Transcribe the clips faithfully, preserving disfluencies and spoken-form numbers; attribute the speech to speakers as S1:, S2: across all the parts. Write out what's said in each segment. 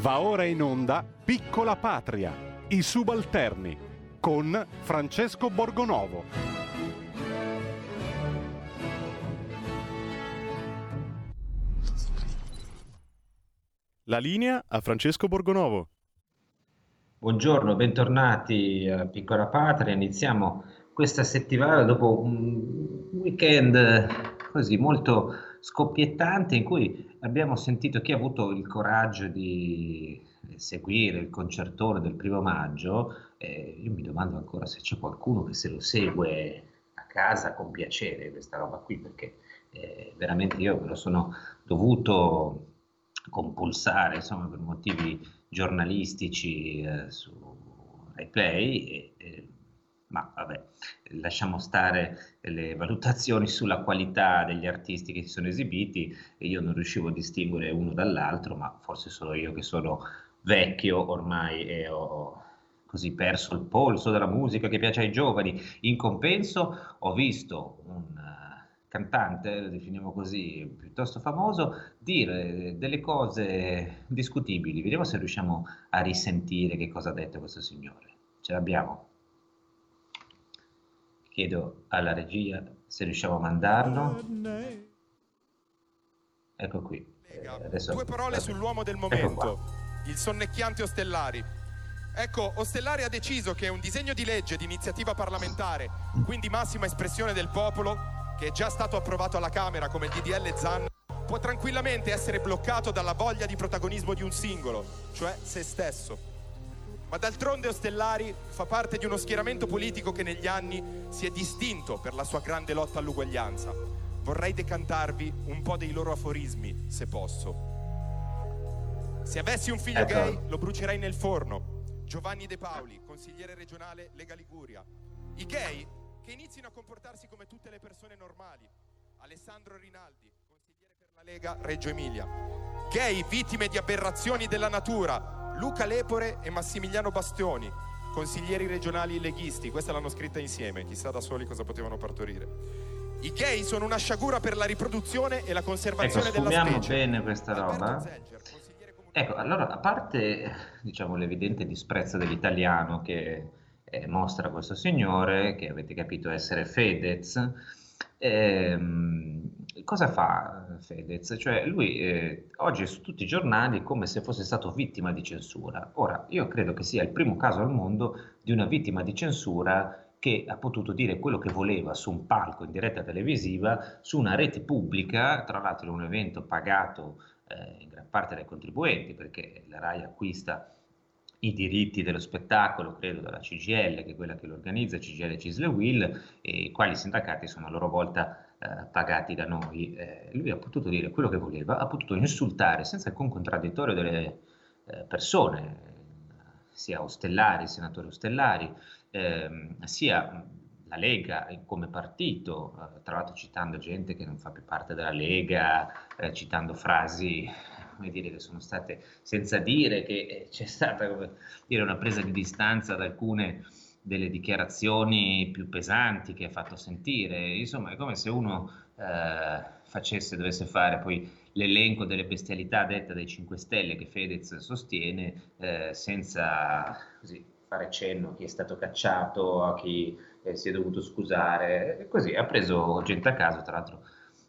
S1: Va ora in onda Piccola Patria, i subalterni, con Francesco Borgonovo. La linea a Francesco Borgonovo.
S2: Buongiorno, bentornati a Piccola Patria. Iniziamo questa settimana dopo un weekend così molto scoppiettante in cui abbiamo sentito chi ha avuto il coraggio di seguire il concertone del primo maggio. Eh, io mi domando ancora se c'è qualcuno che se lo segue a casa con piacere questa roba qui, perché eh, veramente io me lo sono dovuto compulsare, insomma, per motivi giornalistici eh, su RaiPlay, e, e, ma vabbè, lasciamo stare le valutazioni sulla qualità degli artisti che si sono esibiti, e io non riuscivo a distinguere uno dall'altro, ma forse solo io che sono vecchio ormai e ho così perso il polso della musica che piace ai giovani. In compenso ho visto un cantante, lo definiamo così, piuttosto famoso, dire delle cose discutibili. Vediamo se riusciamo a risentire che cosa ha detto questo signore. Ce l'abbiamo? Chiedo alla regia se riusciamo a mandarlo. Ecco qui. Eh, adesso,
S3: Due parole sull'uomo del momento, il sonnecchiante Ostellari. Ecco, Ostellari ha deciso che un disegno di legge di iniziativa parlamentare, quindi massima espressione del popolo, che è già stato approvato alla Camera come il D D L Zan, può tranquillamente essere bloccato dalla voglia di protagonismo di un singolo, cioè se stesso. Ma d'altronde Ostellari fa parte di uno schieramento politico che negli anni si è distinto per la sua grande lotta all'uguaglianza. Vorrei decantarvi un po' dei loro aforismi, se posso. Se avessi un figlio
S2: ecco.
S3: gay, lo brucerei nel forno. Giovanni De Paoli, consigliere regionale Lega Liguria. I gay che inizino a comportarsi come tutte le persone normali. Alessandro Rinaldi, consigliere per la Lega Reggio Emilia. Gay vittime di aberrazioni della natura, Luca Lepore e Massimiliano Bastioni, consiglieri regionali leghisti. Questa l'hanno scritta insieme, chissà da soli cosa potevano partorire. I gay sono una sciagura per la riproduzione e la conservazione
S2: ecco,
S3: della specie.
S2: Bene questa roba. Ecco, allora, a parte, diciamo, l'evidente disprezzo dell'italiano che eh, mostra questo signore, che avete capito essere Fedez, ehm, cosa fa Fedez? Cioè, lui eh, oggi è su tutti i giornali come se fosse stato vittima di censura. Ora, io credo che sia il primo caso al mondo di una vittima di censura che ha potuto dire quello che voleva su un palco in diretta televisiva, su una rete pubblica, tra l'altro in un evento pagato eh, in gran parte dai contribuenti, perché la Rai acquista i diritti dello spettacolo, credo, dalla C G I L, che è quella che lo organizza, C G I L, Cisle e Will, e i quali sindacati sono a loro volta eh, pagati da noi. Eh, lui ha potuto dire quello che voleva, ha potuto insultare senza alcun contraddittorio delle eh, persone, sia Ostellari, il senatore Ostellari, ehm, sia la Lega come partito, eh, tra l'altro citando gente che non fa più parte della Lega, eh, citando frasi, come dire, che sono state, senza dire che c'è stata, come dire, una presa di distanza da alcune delle dichiarazioni più pesanti che ha fatto sentire. Insomma, è come se uno eh, facesse, dovesse fare poi l'elenco delle bestialità dette dai cinque Stelle che Fedez sostiene, eh, senza così fare cenno a chi è stato cacciato, a chi eh, si è dovuto scusare, e così ha preso gente a caso, tra l'altro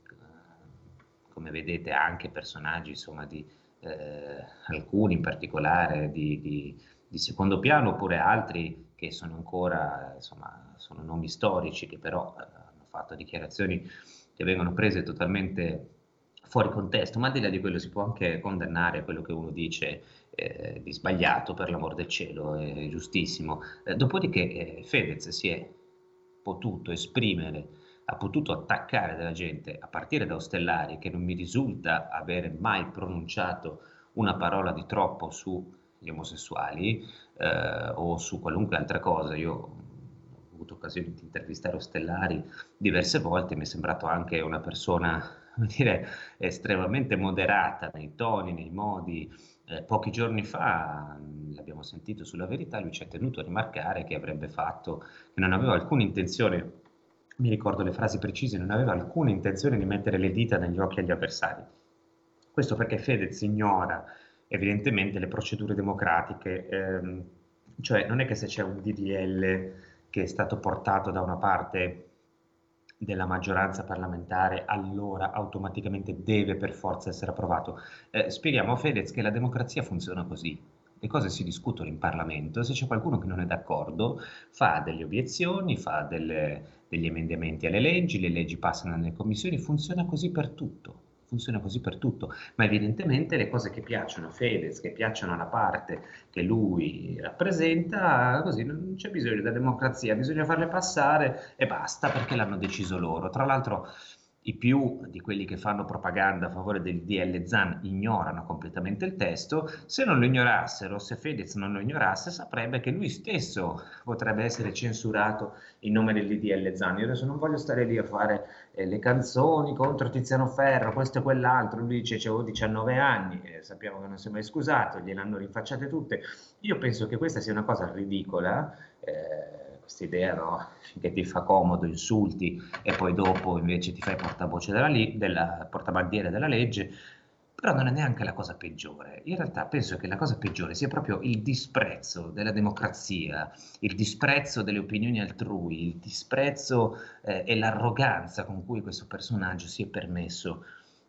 S2: come vedete anche personaggi, insomma, di eh, alcuni in particolare di, di, di secondo piano, oppure altri che sono ancora, insomma, sono nomi storici che però eh, hanno fatto dichiarazioni che vengono prese totalmente fuori contesto. Ma al di là di quello si può anche condannare quello che uno dice eh, di sbagliato, per l'amor del cielo, è giustissimo. Eh, dopodiché eh, Fedez si è potuto esprimere, ha potuto attaccare della gente, a partire da Ostellari, che non mi risulta avere mai pronunciato una parola di troppo sugli omosessuali eh, o su qualunque altra cosa. Io ho avuto occasione di intervistare Ostellari diverse volte, mi è sembrato anche una persona, come dire, estremamente moderata nei toni, nei modi. Eh, pochi giorni fa, l'abbiamo sentito sulla Verità, lui ci ha tenuto a rimarcare che avrebbe fatto, che non aveva alcuna intenzione, mi ricordo le frasi precise, non aveva alcuna intenzione di mettere le dita negli occhi agli avversari. Questo perché Fedez ignora evidentemente le procedure democratiche, ehm, cioè non è che se c'è un D D L che è stato portato da una parte della maggioranza parlamentare, allora automaticamente deve per forza essere approvato. Eh, spieghiamo a Fedez che la democrazia funziona così. Le cose si discutono in Parlamento, se c'è qualcuno che non è d'accordo fa delle obiezioni, fa delle, degli emendamenti alle leggi, le leggi passano nelle commissioni, funziona così per tutto. Funziona così per tutto, ma evidentemente le cose che piacciono a Fedez, che piacciono alla parte che lui rappresenta, così non c'è bisogno della democrazia, bisogna farle passare e basta, perché l'hanno deciso loro. Tra l'altro i più di quelli che fanno propaganda a favore del D L Zan ignorano completamente il testo. Se non lo ignorassero, se Fedez non lo ignorasse, saprebbe che lui stesso potrebbe essere censurato in nome del D L Zan. Io adesso non voglio stare lì a fare eh, le canzoni contro Tiziano Ferro, questo e quell'altro. Lui dice c'avevo diciannove anni, eh, sappiamo che non si è mai scusato, gliel'hanno rinfacciate tutte. Io penso che questa sia una cosa ridicola, eh, questa idea, no? Che ti fa comodo, insulti e poi dopo invece ti fai portavoce della, li- della portabandiera della legge, però non è neanche la cosa peggiore. In realtà penso che la cosa peggiore sia proprio il disprezzo della democrazia, il disprezzo delle opinioni altrui, il disprezzo eh, e l'arroganza con cui questo personaggio si è permesso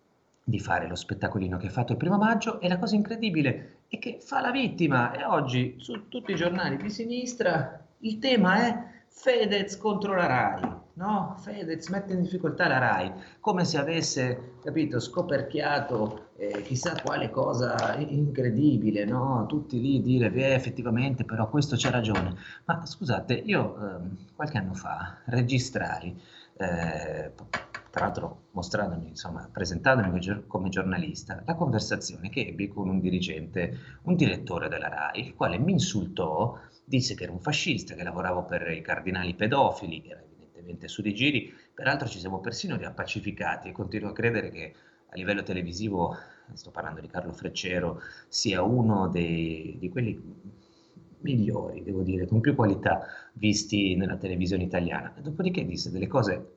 S2: di fare lo spettacolino che ha fatto il primo maggio. E la cosa incredibile è che fa la vittima, e oggi su tutti i giornali di sinistra il tema è Fedez contro la RAI, no? Fedez mette in difficoltà la RAI, come se avesse, capito, scoperchiato eh, chissà quale cosa incredibile, no? Tutti lì dire, beh, effettivamente, però questo c'ha ragione. Ma scusate, io eh, qualche anno fa registrai, eh, tra l'altro mostrandomi, insomma, presentandomi come giornalista, la conversazione che ebbi con un dirigente, un direttore della RAI, il quale mi insultò, disse che era un fascista, che lavoravo per i cardinali pedofili, era evidentemente su di giri. Peraltro ci siamo persino riappacificati e continuo a credere che a livello televisivo, sto parlando di Carlo Freccero, sia uno dei, di quelli migliori, devo dire, con più qualità visti nella televisione italiana. E dopodiché disse delle cose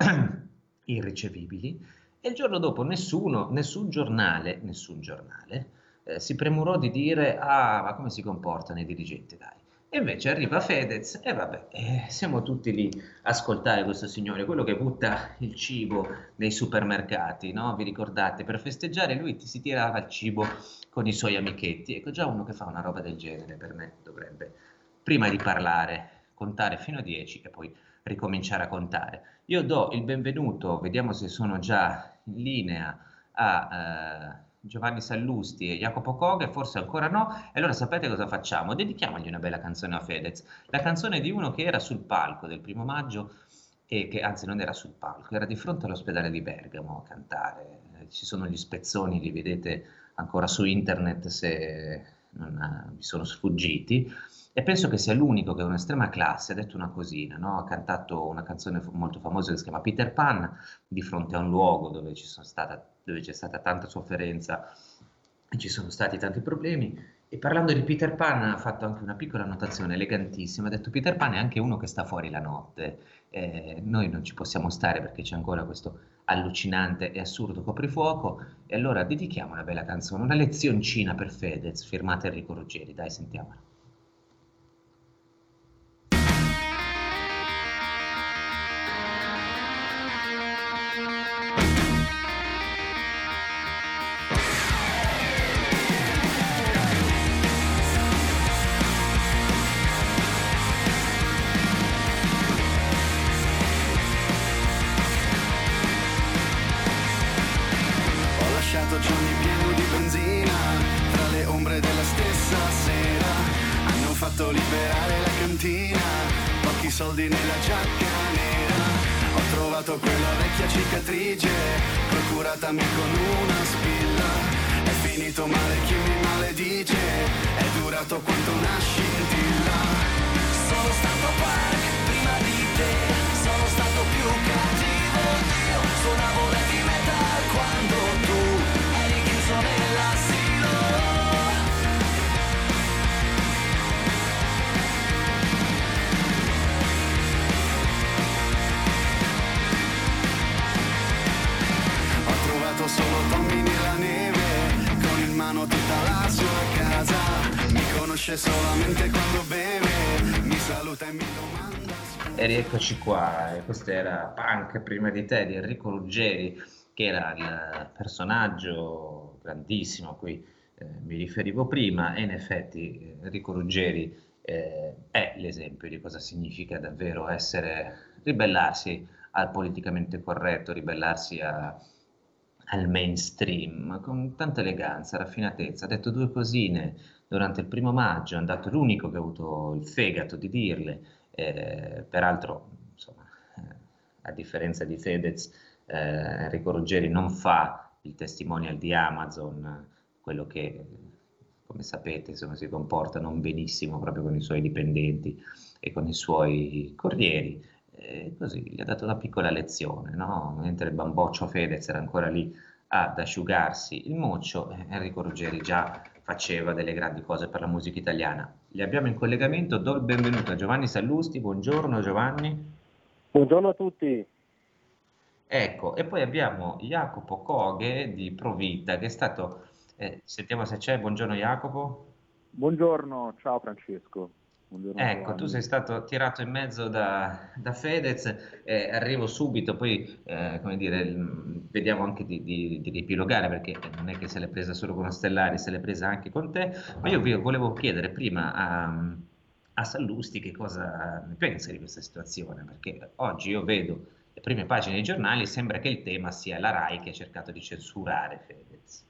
S2: irricevibili e il giorno dopo nessuno, nessun giornale, nessun giornale eh, si premurò di dire ah, ma come si comportano i dirigenti, dai. E invece arriva Fedez e vabbè, eh, siamo tutti lì a ascoltare questo signore, quello che butta il cibo nei supermercati, no? Vi ricordate? Per festeggiare lui ti si tirava il cibo con i suoi amichetti. Ecco, già uno che fa una roba del genere per me dovrebbe, prima di parlare, contare fino a dieci e poi ricominciare a contare. Io do il benvenuto, vediamo se sono già in linea, a... Eh, Giovanni Sallusti e Jacopo Coghe, forse ancora no, e allora sapete cosa facciamo? Dedichiamogli una bella canzone a Fedez, la canzone di uno che era sul palco del primo maggio e che anzi non era sul palco, era di fronte all'ospedale di Bergamo a cantare. Ci sono gli spezzoni, li vedete ancora su internet se non vi sono sfuggiti, e penso che sia l'unico che è un'estrema classe, ha detto una cosina, no? Ha cantato una canzone molto famosa che si chiama Peter Pan di fronte a un luogo dove ci sono stata dove c'è stata tanta sofferenza e ci sono stati tanti problemi, e parlando di Peter Pan ha fatto anche una piccola annotazione elegantissima, ha detto Peter Pan è anche uno che sta fuori la notte, eh, noi non ci possiamo stare perché c'è ancora questo allucinante e assurdo coprifuoco, e allora dedichiamo una bella canzone, una lezioncina per Fedez, firmata Enrico Ruggeri, dai, sentiamola.
S4: Liberare la cantina, pochi soldi nella giacca nera. Ho trovato quella vecchia cicatrice, procuratami con una spilla. È finito male chi mi maledice, è durato quanto una scintilla. Sono stato punk prima di te, sono stato più cattivo io. Suonavo heavy metal quando tu eri chiuso nell'asilo. Solo Tommy nella neve, con in mano tutta la sua capisce solamente quando beve, mi saluta e mi domanda.
S2: E rieccoci qua, e questo era Punk prima di te di Enrico Ruggeri, che era il personaggio grandissimo a cui eh, mi riferivo prima, e in effetti Enrico Ruggeri eh, è l'esempio di cosa significa davvero essere, ribellarsi al politicamente corretto, ribellarsi a, al mainstream, con tanta eleganza, raffinatezza. Ha detto due cosine durante il primo maggio, è andato l'unico che ha avuto il fegato di dirle. Eh, peraltro, insomma, eh, a differenza di Fedez, eh, Enrico Ruggeri non fa il testimonial di Amazon, quello che, come sapete, insomma, si comporta non benissimo proprio con i suoi dipendenti e con i suoi corrieri. E così gli ha dato una piccola lezione, no? Mentre il bamboccio Fedez era ancora lì ad asciugarsi il muccio, Enrico Ruggeri già faceva delle grandi cose per la musica italiana. Li abbiamo in collegamento, do il benvenuto a Giovanni Sallusti. Buongiorno Giovanni.
S5: Buongiorno a tutti.
S2: Ecco, e poi abbiamo Jacopo Coghe di Provita, che è stato, eh, sentiamo se c'è, buongiorno Jacopo.
S5: Buongiorno, ciao Francesco. Buongiorno,
S2: ecco,
S5: Giovanni.
S2: Tu sei stato tirato in mezzo da, da Fedez, eh, arrivo subito, poi eh, come dire, il, vediamo anche di, di, di riepilogare, perché non è che se l'è presa solo con Ostellari, se l'è presa anche con te, ma io vi volevo chiedere prima a, a Sallusti che cosa ne pensa di questa situazione, perché oggi io vedo le prime pagine dei giornali, sembra che il tema sia la RAI che ha cercato di censurare Fedez.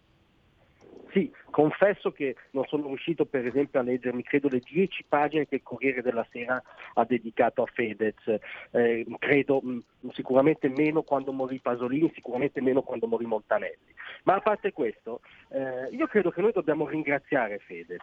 S5: Sì, confesso che non sono riuscito per esempio a leggermi, credo, le dieci pagine che il Corriere della Sera ha dedicato a Fedez, eh, credo mh, sicuramente meno quando morì Pasolini, sicuramente meno quando morì Montanelli. Ma a parte questo, eh, io credo che noi dobbiamo ringraziare Fedez,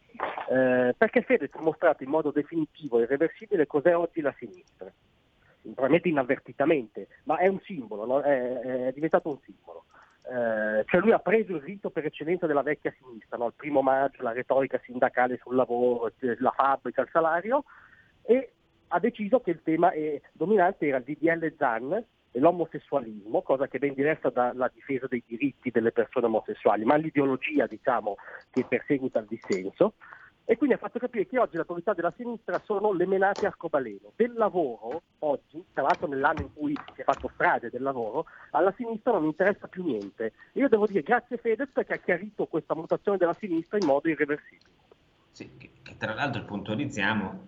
S5: eh, perché Fedez ha mostrato in modo definitivo e irreversibile cos'è oggi la sinistra, probabilmente inavvertitamente, ma è un simbolo, no? è, è diventato un simbolo. Eh, cioè lui ha preso il rito per eccellenza della vecchia sinistra, no? Il primo maggio, la retorica sindacale sul lavoro, la fabbrica, il salario, e ha deciso che il tema è, dominante era il D D L Zan e l'omosessualismo, cosa che è ben diversa dalla difesa dei diritti delle persone omosessuali, ma l'ideologia, diciamo, che perseguita il dissenso. E quindi ha fatto capire che oggi le autorità della sinistra sono le menate arcobaleno. Del lavoro, oggi, tra l'altro nell'anno in cui si è fatto strage del lavoro, alla sinistra non interessa più niente. E io devo dire grazie Fedez perché ha chiarito questa mutazione della sinistra in modo irreversibile.
S2: Sì, che, che tra l'altro puntualizziamo,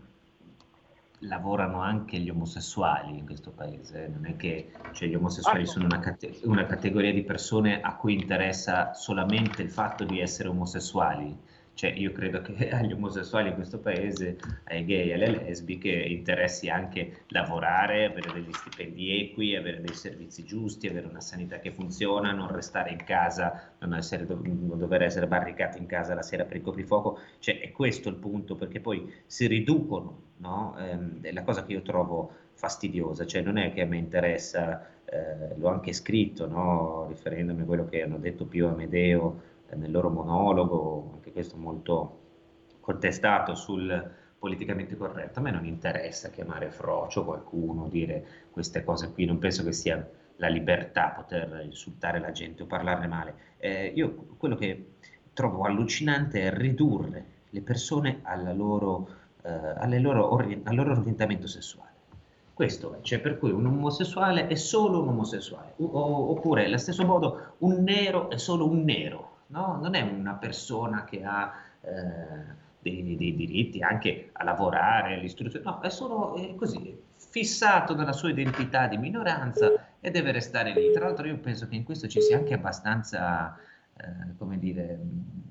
S2: lavorano anche gli omosessuali in questo paese, non è che cioè, gli omosessuali sono una, cate- una categoria di persone a cui interessa solamente il fatto di essere omosessuali. Cioè, io credo che agli omosessuali in questo paese, ai gay e alle lesbiche, interessi anche lavorare, avere degli stipendi equi, avere dei servizi giusti, avere una sanità che funziona, non restare in casa, non, essere, non dover essere barricati in casa la sera per il coprifuoco. Cioè, è questo il punto, perché poi si riducono, no? Ehm, la cosa che io trovo fastidiosa, cioè non è che a me interessa, eh, l'ho anche scritto, no? Riferendomi a quello che hanno detto Pio e Amedeo nel loro monologo, anche questo molto contestato sul politicamente corretto. A me non interessa chiamare frocio qualcuno, dire queste cose qui, non penso che sia la libertà poter insultare la gente o parlarne male. Eh, io quello che trovo allucinante è ridurre le persone alla loro, eh, alle loro ori- al loro orientamento sessuale. Questo è, cioè per cui un omosessuale è solo un omosessuale, o, oppure allo stesso modo un nero è solo un nero. No? Non è una persona che ha eh, dei, dei diritti anche a lavorare, all'istruzione, no, è solo eh, così, fissato nella sua identità di minoranza e deve restare lì. Tra l'altro io penso che in questo ci sia anche abbastanza, eh, come dire,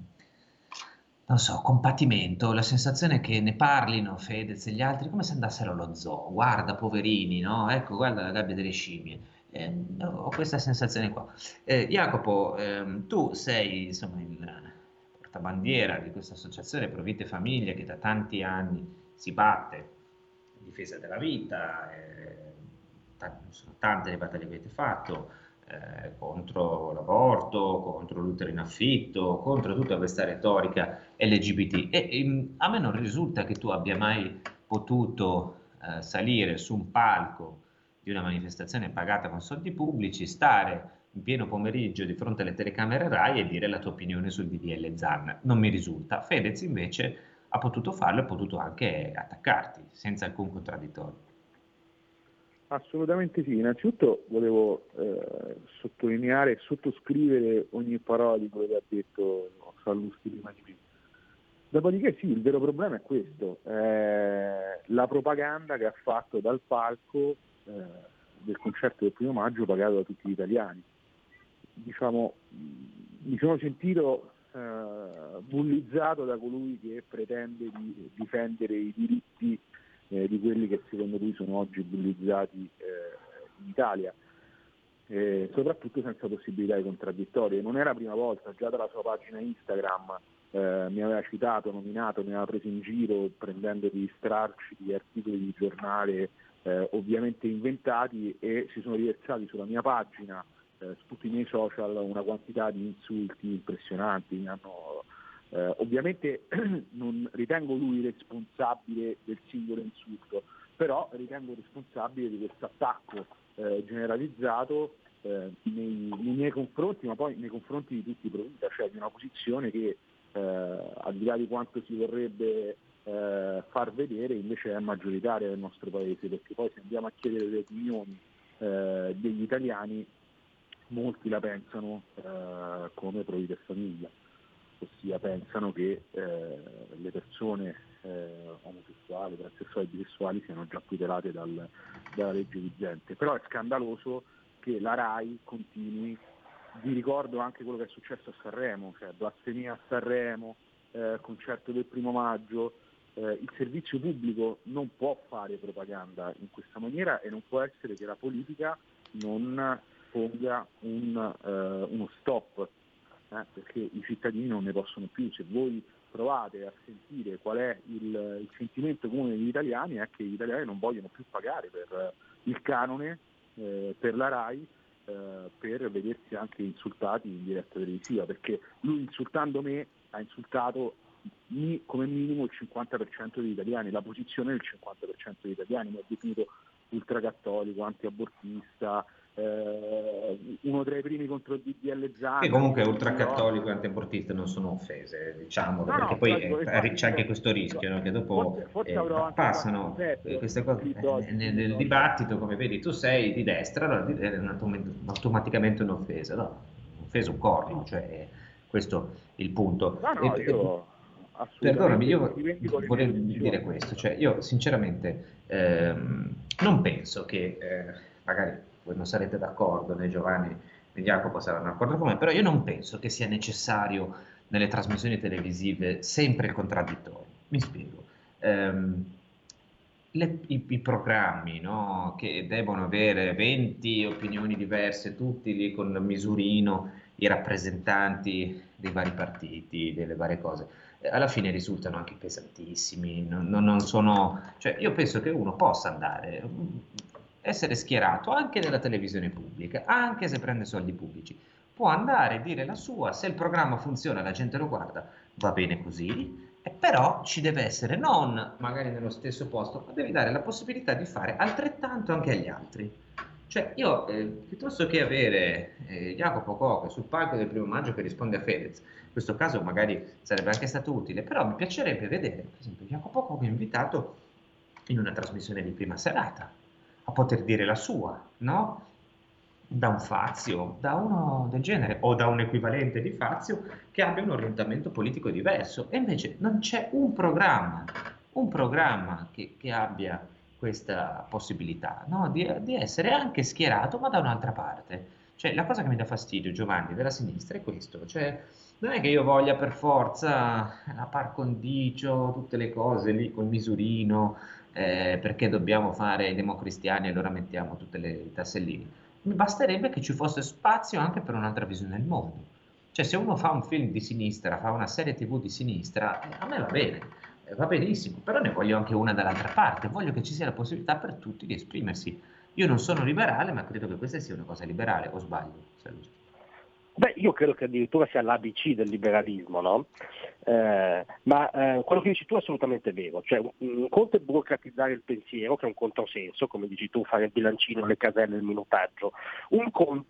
S2: non so, compatimento, la sensazione che ne parlino Fedez e gli altri come se andassero allo zoo, guarda poverini, no? Ecco, guarda la gabbia delle scimmie. Eh, ho questa sensazione qua. Eh, Jacopo, ehm, tu sei insomma il portabandiera di questa associazione Provita e Famiglia che da tanti anni si batte in difesa della vita, eh, t- sono tante le battaglie che avete fatto eh, contro l'aborto, contro l'utero in affitto, contro tutta questa retorica L G B T e, e a me non risulta che tu abbia mai potuto eh, salire su un palco di una manifestazione pagata con soldi pubblici, stare in pieno pomeriggio di fronte alle telecamere Rai e dire la tua opinione sul D D L Zan. Non mi risulta. Fedez invece ha potuto farlo e ha potuto anche attaccarti senza alcun contraddittorio.
S6: Assolutamente sì, innanzitutto volevo eh, sottolineare e sottoscrivere ogni parola di quello che ha detto Sallusti prima di me. Dopodiché sì, il vero problema è questo, eh, la propaganda che ha fatto dal palco eh, del concerto del primo maggio pagato da tutti gli italiani. Diciamo, mi sono sentito eh, bullizzato da colui che pretende di difendere i diritti eh, di quelli che secondo lui sono oggi bullizzati eh, in Italia. Eh, soprattutto senza possibilità di contraddittorie. Non è la prima volta, già dalla sua pagina Instagram eh, mi aveva citato, nominato, mi aveva preso in giro prendendo degli stralci di articoli di giornale eh, ovviamente inventati, e si sono riversati sulla mia pagina, eh, su tutti i miei social, una quantità di insulti impressionanti. Mi hanno, eh, ovviamente non ritengo lui responsabile del singolo insulto, però ritengo responsabile di questo attacco Eh, generalizzato eh, nei, nei miei confronti, ma poi nei confronti di tutti i Provita, cioè di una posizione che eh, al di là di quanto si vorrebbe eh, far vedere invece è maggioritaria nel nostro paese, perché poi se andiamo a chiedere le opinioni eh, degli italiani, molti la pensano eh, come Provita e famiglia, ossia pensano che eh, le persone eh, omosessuali, transessuali e bisessuali siano già tutelate dal, dalla legge vigente. Però è scandaloso che la Rai continui, vi ricordo anche quello che è successo a Sanremo, cioè blasfemia a Sanremo, eh, concerto del primo maggio, eh, il servizio pubblico non può fare propaganda in questa maniera e non può essere che la politica non ponga un, eh, uno stop. Eh, perché i cittadini non ne possono più. Se voi provate a sentire qual è il, il sentimento comune degli italiani, è che gli italiani non vogliono più pagare per il canone, eh, per la Rai, eh, per vedersi anche insultati in diretta televisiva, perché lui insultando me ha insultato mi, come minimo il cinquanta per cento degli italiani, la posizione del cinquanta per cento degli italiani, mi ha definito ultracattolico, antiabortista, eh, uno tra i primi contro il D D L Zan.
S2: E comunque ultracattolico e antiabortista non sono offese, diciamolo,
S6: no,
S2: perché
S6: no,
S2: poi
S6: dico,
S2: eh,
S6: infatti,
S2: c'è anche questo rischio, no? Che dopo
S6: forse, forse
S2: eh, passano eh, queste cose eh, nel, nel dibattito, come vedi tu sei di destra, allora è automaticamente un'offesa, no? Un'offesa un corno, cioè questo è il punto.
S6: No, no,
S2: e,
S6: io
S2: Perdonami, io
S6: volevo
S2: dire questo, cioè io sinceramente ehm, non penso che, eh, magari voi non sarete d'accordo, né Giovanni né Jacopo saranno d'accordo con me, però io non penso che sia necessario nelle trasmissioni televisive sempre il contraddittorio. Mi spiego. Ehm, le, i, i programmi, no, che devono avere venti opinioni diverse, tutti lì con il misurino, i rappresentanti dei vari partiti, delle varie cose, alla fine risultano anche pesantissimi, non, non sono, cioè io penso che uno possa andare, essere schierato anche nella televisione pubblica, anche se prende soldi pubblici, può andare a dire la sua, se il programma funziona, la gente lo guarda, va bene così, e però ci deve essere non magari nello stesso posto, ma devi dare la possibilità di fare altrettanto anche agli altri. Cioè io, eh, piuttosto che avere eh, Jacopo Coco sul palco del primo maggio che risponde a Fedez, in questo caso magari sarebbe anche stato utile, però mi piacerebbe vedere, per esempio, Jacopo Coco invitato in una trasmissione di prima serata, a poter dire la sua, no? Da un Fazio, da uno del genere, o da un equivalente di Fazio che abbia un orientamento politico diverso, e invece non c'è un programma, un programma che, che abbia questa possibilità, no? di, di essere anche schierato, ma da un'altra parte. Cioè, la cosa che mi dà fastidio, Giovanni, della sinistra è questo, cioè non è che io voglia per forza la par condicio, tutte le cose lì col misurino, eh, perché dobbiamo fare i democristiani e allora mettiamo tutte le tasselline. Mi basterebbe che ci fosse spazio anche per un'altra visione del mondo. Cioè, se uno fa un film di sinistra, fa una serie tivù di sinistra, eh, a me va bene, eh, va benissimo, però ne voglio anche una dall'altra parte, voglio che ci sia la possibilità per tutti di esprimersi. Io non sono liberale, ma credo che questa sia una cosa liberale, o sbaglio? Saluto.
S5: Beh, io credo che addirittura sia l'A B C del liberalismo, no? Eh, ma eh, quello che dici tu è assolutamente vero, cioè un, un conto è burocratizzare il pensiero, che è un controsenso, come dici tu, fare il bilancino, le caselle, il minutaggio. Un conto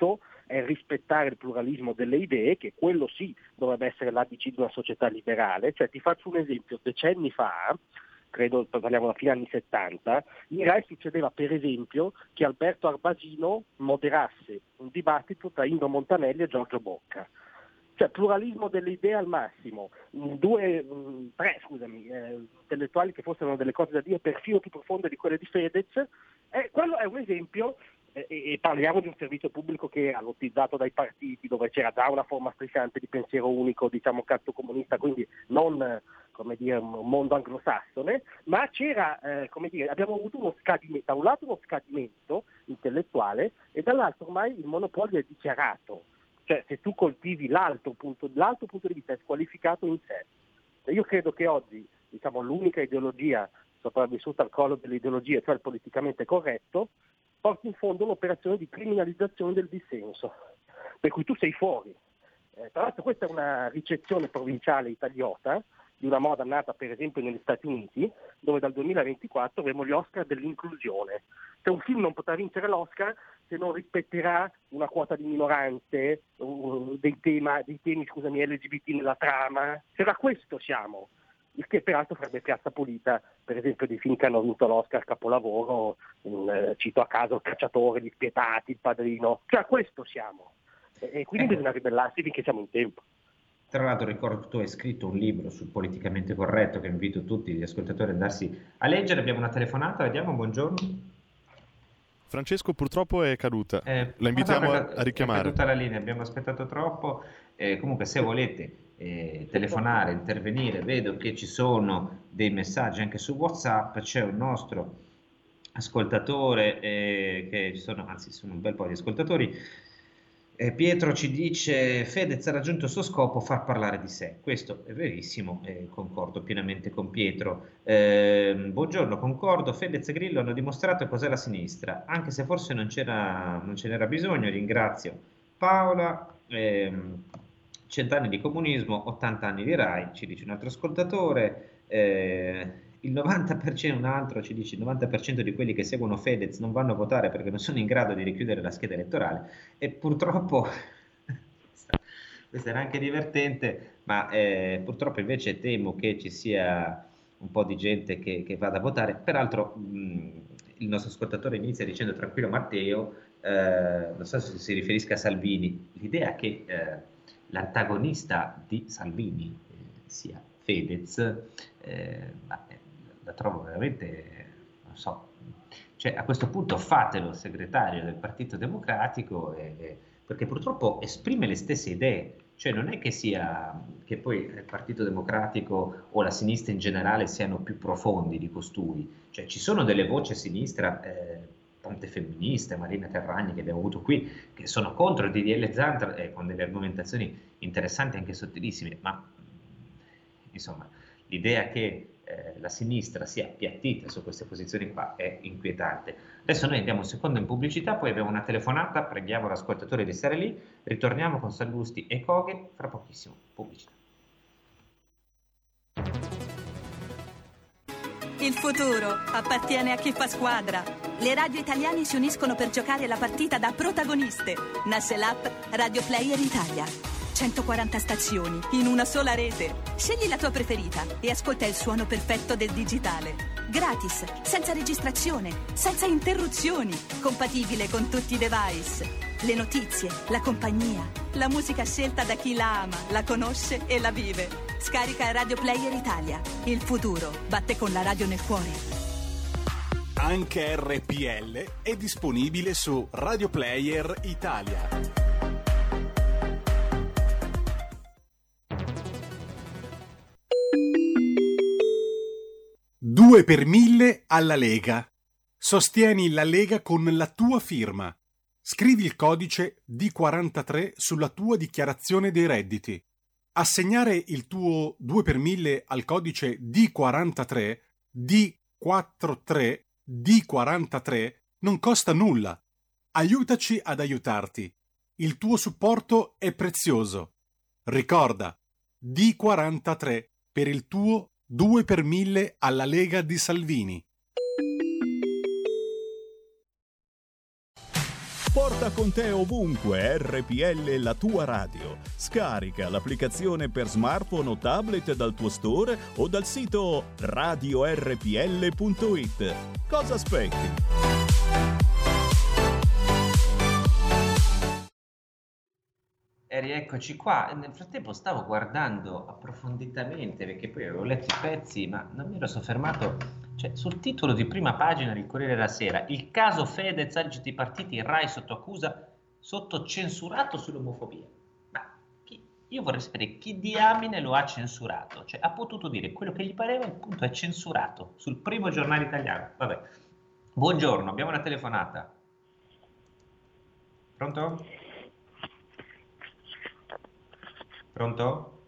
S5: è rispettare il pluralismo delle idee, che quello sì dovrebbe essere l'A D C di una società liberale. Cioè, ti faccio un esempio: decenni fa, credo parliamo da fine anni settanta, in Rai succedeva per esempio che Alberto Arbasino moderasse un dibattito tra Indro Montanelli e Giorgio Bocca. Cioè, pluralismo delle idee al massimo, due, tre scusami, eh, intellettuali che fossero delle cose da dire perfino più profonde di quelle di Fedez, eh, quello è un esempio, eh, e parliamo di un servizio pubblico che era lottizzato dai partiti, dove c'era già una forma strisciante di pensiero unico, diciamo cazzo comunista, quindi non, come dire, un mondo anglosassone, ma c'era, eh, come dire, abbiamo avuto uno scadimento, da un lato uno scadimento intellettuale e dall'altro ormai il monopolio è dichiarato. Cioè, se tu coltivi l'altro punto, l'altro punto di vista è squalificato in sé. Io credo che oggi, diciamo, l'unica ideologia sopravvissuta al collo delle ideologie, cioè il politicamente corretto, porti in fondo un'operazione di criminalizzazione del dissenso, per cui tu sei fuori. Eh, tra l'altro questa è una ricezione provinciale italiota di una moda nata per esempio negli Stati Uniti, dove dal duemilaventiquattro avremo gli Oscar dell'inclusione. Cioè, un film non potrà vincere l'Oscar se non rispetterà una quota di minoranze, uh, dei, tema, dei temi scusami, L G B T nella trama. Se da questo siamo, il che peraltro farebbe piazza pulita, per esempio, di film che hanno vinto l'Oscar capolavoro, um, cito a caso Il Cacciatore, Gli Spietati, Il Padrino. Cioè a questo siamo. E, e quindi ecco, bisogna ribellarsi finché siamo in tempo.
S2: Tra l'altro ricordo che tu hai scritto un libro sul politicamente corretto che invito tutti gli ascoltatori ad andarsi a leggere. Abbiamo una telefonata, vediamo, buongiorno.
S7: Francesco purtroppo è caduta,
S2: eh,
S7: la invitiamo
S2: a,
S7: a richiamare.
S2: È caduta la linea, abbiamo aspettato troppo, eh, comunque se volete eh, telefonare, intervenire, vedo che ci sono dei messaggi anche su WhatsApp, c'è un nostro ascoltatore, eh, che ci sono, anzi sono un bel po' di ascoltatori. Eh, Pietro ci dice: Fedez ha raggiunto il suo scopo, far parlare di sé. Questo è verissimo, eh, concordo pienamente con Pietro. Eh, buongiorno, concordo, Fedez e Grillo hanno dimostrato cos'è la sinistra, anche se forse non c'era, non ce n'era bisogno. Ringrazio Paola. Eh, cent'anni di comunismo, ottanta anni di Rai, ci dice un altro ascoltatore. Eh, il novanta per cento, un altro ci dice il novanta per cento di quelli che seguono Fedez non vanno a votare perché non sono in grado di richiudere la scheda elettorale, e purtroppo questo era anche divertente, ma eh, purtroppo invece temo che ci sia un po' di gente che, che vada a votare. Peraltro mh, il nostro ascoltatore inizia dicendo: tranquillo Matteo, eh, non so se si riferisca a Salvini, l'idea che eh, l'antagonista di Salvini eh, sia Fedez, eh, la trovo veramente, non so, cioè a questo punto fatelo segretario del Partito Democratico, eh, eh, perché purtroppo esprime le stesse idee, cioè non è che sia che poi il Partito Democratico o la sinistra in generale siano più profondi di costui, cioè ci sono delle voci a sinistra, eh, Ponte Femminista, Marina Terragni che abbiamo avuto qui, che sono contro il D D L Zan, eh, con delle argomentazioni interessanti anche sottilissime, ma insomma l'idea che eh, la sinistra sia appiattita su queste posizioni qua è inquietante. Adesso noi andiamo un secondo in pubblicità, poi abbiamo una telefonata, preghiamo l'ascoltatore di stare lì, ritorniamo con Sallusti e Coghe fra pochissimo. Pubblicità.
S8: Il futuro appartiene a chi fa squadra. Le radio italiane si uniscono per giocare la partita da protagoniste. Nasce l'app Radio Player Italia. centoquaranta stazioni in una sola rete. Scegli la tua preferita e ascolta il suono perfetto del digitale. Gratis, senza registrazione, senza interruzioni, compatibile con tutti i device. Le notizie, la compagnia, la musica scelta da chi la ama, la conosce e la vive. Scarica Radio Player Italia. Il futuro batte con la radio nel cuore.
S9: Anche R P L è disponibile su Radio Player Italia. due per mille alla Lega. Sostieni la Lega con la tua firma. Scrivi il codice D quarantatré sulla tua dichiarazione dei redditi. Assegnare il tuo due per mille al codice D quarantatré, D quarantatré, D quarantatré non costa nulla. Aiutaci ad aiutarti. Il tuo supporto è prezioso. Ricorda, D quarantatré per il tuo due per mille alla Lega di Salvini.
S10: Porta con te ovunque R P L, la tua radio. Scarica l'applicazione per smartphone o tablet dal tuo store o dal sito radio R P L punto it. Cosa aspetti?
S2: E rieccoci qua. Nel frattempo stavo guardando approfonditamente, perché poi avevo letto i pezzi, ma non mi ero soffermato, cioè, sul titolo di prima pagina del Corriere della Sera: il caso Fedez, agiti i partiti, Rai sotto accusa, sotto censurato sull'omofobia. Ma chi, io vorrei sapere chi diamine lo ha censurato, cioè ha potuto dire quello che gli pareva, il punto è censurato sul primo giornale italiano. Vabbè. Buongiorno, abbiamo una telefonata. Pronto? Pronto?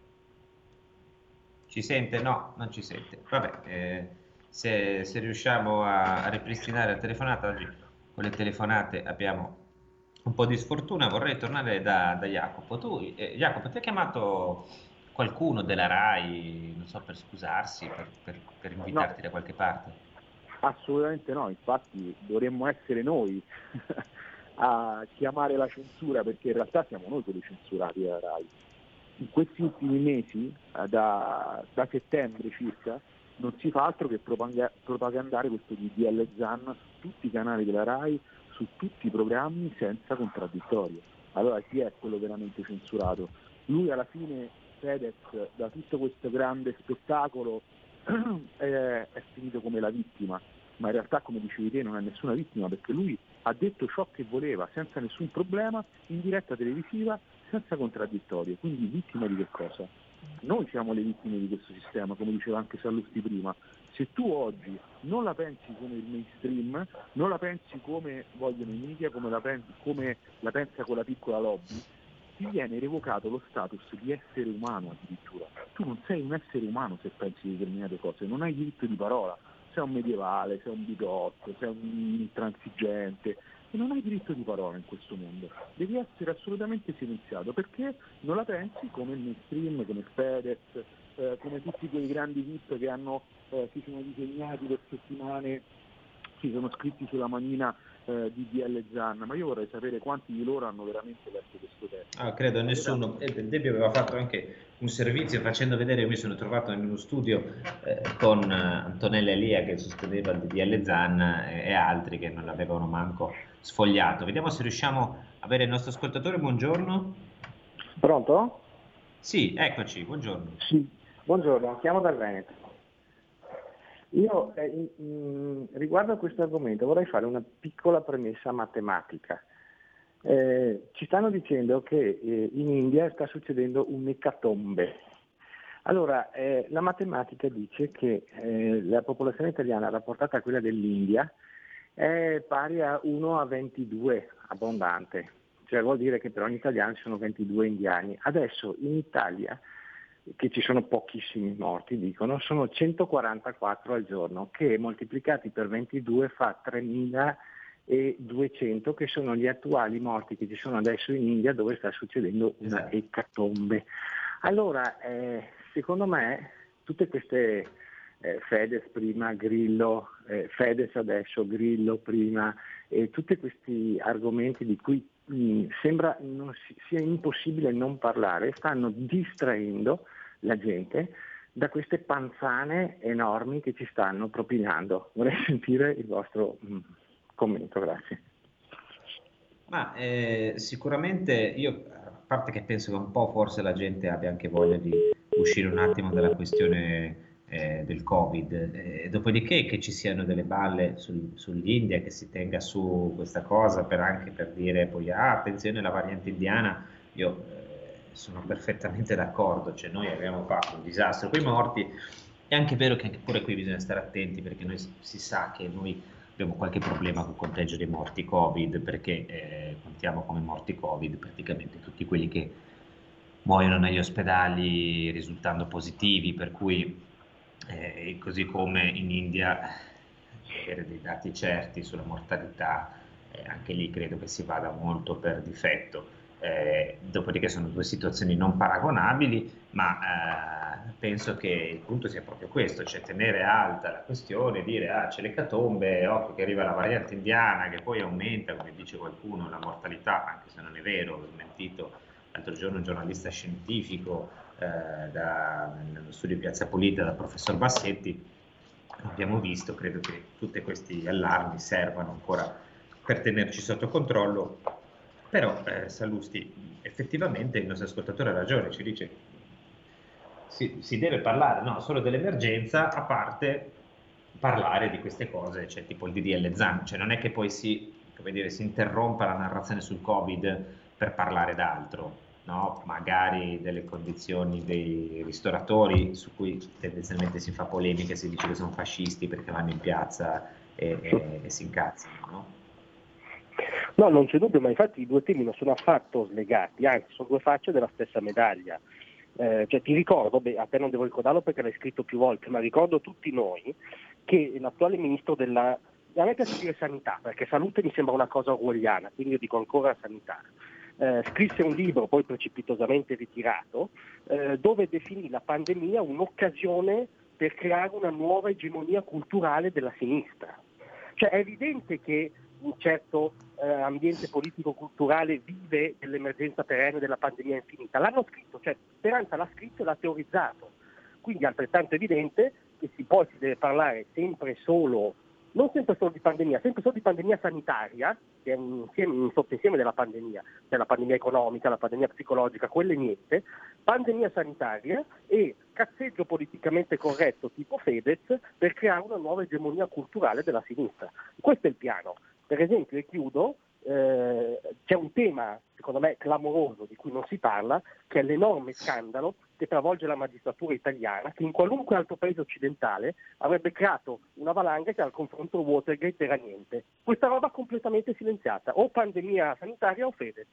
S2: Ci sente? No, non ci sente. Vabbè, eh, se, se riusciamo a, a ripristinare la telefonata, oggi con le telefonate abbiamo un po' di sfortuna. Vorrei tornare da, da Jacopo. Tu, eh, Jacopo, ti ha chiamato qualcuno della Rai, non so, per scusarsi, per, per, per invitarti no. da qualche parte?
S6: Assolutamente no, infatti dovremmo essere noi a chiamare la censura, perché in realtà siamo noi quelli censurati dalla Rai. In questi ultimi mesi, da, da settembre circa, non si fa altro che propag- propagandare questo D D L Zan su tutti i canali della Rai, su tutti i programmi, senza contraddittorio. Allora chi è quello veramente censurato? Lui alla fine, Fedez, da tutto questo grande spettacolo è, è finito come la vittima, ma in realtà, come dicevi te, non è nessuna vittima, perché lui ha detto ciò che voleva senza nessun problema, in diretta televisiva, senza contraddittorio. Quindi vittima di che cosa? Noi siamo le vittime di questo sistema, come diceva anche Sallusti prima. Se tu oggi non la pensi come il mainstream, non la pensi come vogliono i media, come la, pen- come la pensa quella piccola lobby, ti viene revocato lo status di essere umano addirittura. Tu non sei un essere umano se pensi determinate cose, non hai diritto di parola. Sei un medievale, sei un bigotto, sei un intransigente, e non hai diritto di parola in questo mondo. Devi essere assolutamente silenziato, perché non la pensi come il mainstream, come il Fedez, eh, come tutti quei grandi V I P che hanno, eh, si sono disegnati per settimane, si sono scritti sulla manina eh, di D L Zan. Ma io vorrei sapere quanti di loro hanno veramente letto questo testo.
S2: Ah, credo nessuno. Il Debbio aveva fatto anche un servizio facendo vedere, io mi sono trovato in uno studio eh, con Antonella Elia che sosteneva il D D L Zan e, e altri che non l'avevano manco sfogliato. Vediamo se riusciamo a avere il nostro ascoltatore. Buongiorno.
S11: Pronto?
S2: Sì, eccoci, buongiorno.
S11: Sì, buongiorno, chiamo dal Veneto. Io eh, in, riguardo a questo argomento vorrei fare una piccola premessa matematica. Eh, ci stanno dicendo che eh, in India sta succedendo un'ecatombe. Allora, eh, la matematica dice che eh, la popolazione italiana rapportata a quella dell'India è pari a uno a ventidue, abbondante, cioè vuol dire che per ogni italiano ci sono ventidue indiani. Adesso in Italia, che ci sono pochissimi morti, dicono, sono centoquarantaquattro al giorno, che moltiplicati per ventidue fa tremiladuecento, che sono gli attuali morti che ci sono adesso in India, dove sta succedendo una ecatombe. Allora, eh, secondo me, tutte queste eh, Fedez prima, Grillo, eh, Fedez adesso, Grillo prima, e tutti questi argomenti di cui mh, sembra non si, sia impossibile non parlare, stanno distraendo la gente da queste panzane enormi che ci stanno propinando. Vorrei sentire il vostro mh, commento, grazie.
S2: Ma eh, sicuramente io, a parte che penso che un po' forse la gente abbia anche voglia di uscire un attimo dalla questione eh, del Covid, eh, dopodiché che ci siano delle balle sul, sull'India, che si tenga su questa cosa per anche per dire poi ah, attenzione la variante indiana, io eh, sono perfettamente d'accordo, cioè noi abbiamo fatto un disastro con i morti, è anche vero che anche pure qui bisogna stare attenti, perché noi si sa che noi abbiamo qualche problema con il conteggio dei morti Covid, perché eh, contiamo come morti Covid praticamente tutti quelli che muoiono negli ospedali risultando positivi, per cui eh, così come in India avere dei dati certi sulla mortalità, eh, anche lì credo che si vada molto per difetto. Eh, dopodiché sono due situazioni non paragonabili, ma eh, penso che il punto sia proprio questo, cioè tenere alta la questione, dire ah c'è l'ecatombe, occhio che arriva la variante indiana che poi aumenta, come dice qualcuno, la mortalità, anche se non è vero, l'ho smentito l'altro giorno un giornalista scientifico eh, da, nello studio Piazza Pulita dal professor Bassetti. Abbiamo visto, credo che tutti questi allarmi servano ancora per tenerci sotto controllo. Però eh, Sallusti, effettivamente il nostro ascoltatore ha ragione, ci dice si, si deve parlare no, solo dell'emergenza, a parte parlare di queste cose, cioè tipo il D D L Zan, cioè non è che poi si, come dire, si interrompa la narrazione sul Covid per parlare d'altro, no? Magari delle condizioni dei ristoratori su cui tendenzialmente si fa polemica, si dice che sono fascisti perché vanno in piazza e, e, e si incazzano, no?
S5: No, non c'è dubbio, ma infatti i due temi non sono affatto slegati, anzi sono due facce della stessa medaglia. Eh, cioè, ti ricordo, beh, a te non devo ricordarlo perché l'hai scritto più volte, ma ricordo tutti noi che l'attuale ministro della, a me piace dire sanità, perché salute mi sembra una cosa orwelliana, quindi io dico ancora sanità, eh, scrisse un libro, poi precipitosamente ritirato, eh, dove definì la pandemia un'occasione per creare una nuova egemonia culturale della sinistra. Cioè è evidente che un certo eh, ambiente politico-culturale vive dell'emergenza perenne della pandemia infinita. L'hanno scritto, cioè Speranza l'ha scritto e l'ha teorizzato. Quindi è altrettanto evidente che si poi si deve parlare sempre solo, non sempre solo di pandemia, sempre solo di pandemia sanitaria, che è un, un sottoinsieme della pandemia, cioè la pandemia economica, la pandemia psicologica, quelle niente, pandemia sanitaria e cazzeggio politicamente corretto tipo Fedez per creare una nuova egemonia culturale della sinistra. Questo è il piano. Per esempio, e chiudo, eh, c'è un tema, secondo me, clamoroso di cui non si parla, che è l'enorme scandalo che travolge la magistratura italiana, che in qualunque altro paese occidentale avrebbe creato una valanga che al confronto Watergate era niente. Questa roba completamente silenziata, o pandemia sanitaria o Fedez.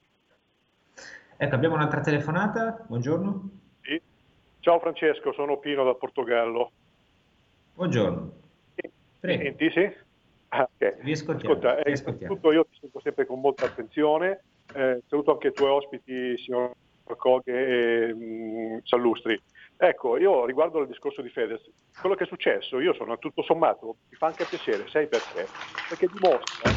S2: Ecco, abbiamo un'altra telefonata, buongiorno.
S12: Sì. Ciao Francesco, sono Pino da Portogallo.
S2: Buongiorno.
S12: Sì.
S2: Prego.
S12: Senti, sì? Ah, okay.
S2: Vi ascoltiamo.
S12: Ascolta,
S2: Vi
S12: eh,
S2: ascoltiamo.
S12: innanzitutto io ti seguo sempre con molta attenzione, eh, saluto anche i tuoi ospiti, signor Coghe e mh, Sallustri. Ecco, io riguardo il discorso di Fedez, quello che è successo, io sono tutto sommato, mi fa anche piacere, sai perché? Perché dimostra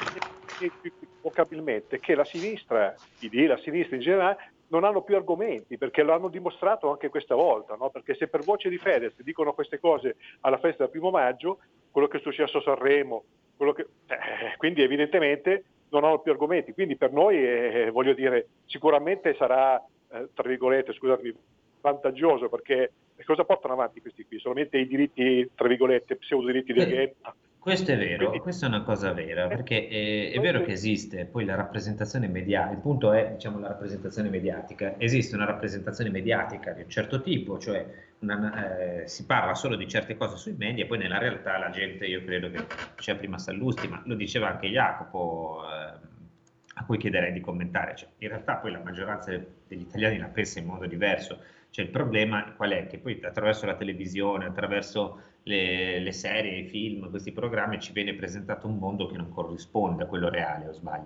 S12: equivocabilmente che la sinistra, I D, la sinistra in generale, non hanno più argomenti, perché lo hanno dimostrato anche questa volta, no? Perché se per voce di Fedez dicono queste cose alla festa del primo maggio, quello che è successo a Sanremo, quello che, eh, quindi evidentemente non hanno più argomenti, quindi per noi eh, voglio dire sicuramente sarà eh, tra virgolette, scusatemi, vantaggioso, perché cosa portano avanti questi qui? Solamente i diritti, tra virgolette, pseudo diritti del gay.
S2: Questo è vero, questa è una cosa vera, perché è, è vero che esiste poi la rappresentazione mediatica, il punto è, diciamo, la rappresentazione mediatica, esiste una rappresentazione mediatica di un certo tipo, cioè una, eh, si parla solo di certe cose sui media, e poi nella realtà la gente, io credo che c'è prima Sallusti, ma lo diceva anche Jacopo, eh, a cui chiederei di commentare, cioè, in realtà poi la maggioranza degli italiani la pensa in modo diverso, cioè il problema qual è? Che poi attraverso la televisione, attraverso le, le serie, i film, questi programmi ci viene presentato un mondo che non corrisponde a quello reale, o sbaglio?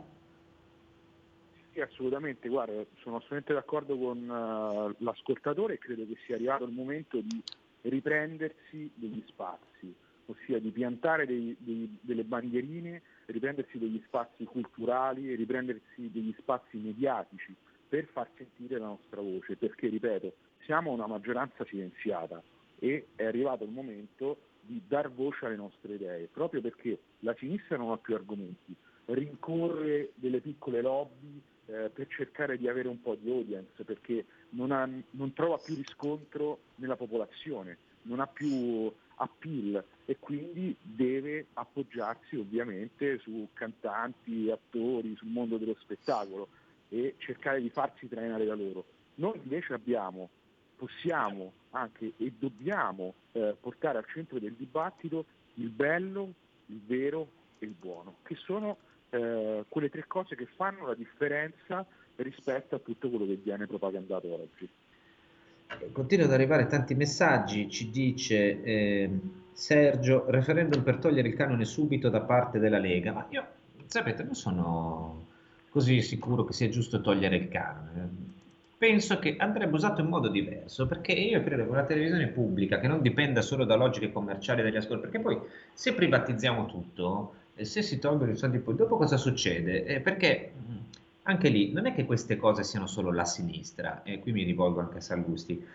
S6: Sì, assolutamente, guarda, sono assolutamente d'accordo con uh, l'ascoltatore e credo che sia arrivato il momento di riprendersi degli spazi, ossia di piantare dei, dei, delle bandierine, riprendersi degli spazi culturali, riprendersi degli spazi mediatici per far sentire la nostra voce, perché, ripeto, siamo una maggioranza silenziata e è arrivato il momento di dar voce alle nostre idee, proprio perché la sinistra non ha più argomenti, rincorre delle piccole lobby eh, per cercare di avere un po' di audience, perché non, ha, non trova più riscontro nella popolazione, non ha più appeal e quindi deve appoggiarsi ovviamente su cantanti, attori, sul mondo dello spettacolo e cercare di farsi trainare da loro. Noi invece abbiamo, possiamo anche e dobbiamo eh, portare al centro del dibattito il bello, il vero e il buono, che sono eh, quelle tre cose che fanno la differenza rispetto a tutto quello che viene propagandato oggi.
S2: Continuano ad arrivare tanti messaggi, ci dice eh, Sergio, referendum per togliere il canone subito da parte della Lega, ma io, sapete, non sono così sicuro che sia giusto togliere il canone. Penso che andrebbe usato in modo diverso, perché io credo che una televisione pubblica che non dipenda solo da logiche commerciali degli ascolti, perché poi se privatizziamo tutto, e se si tolgono i soldi poi, dopo cosa succede? Eh, perché anche lì non è che queste cose siano solo la sinistra, e qui mi rivolgo anche a Sallusti,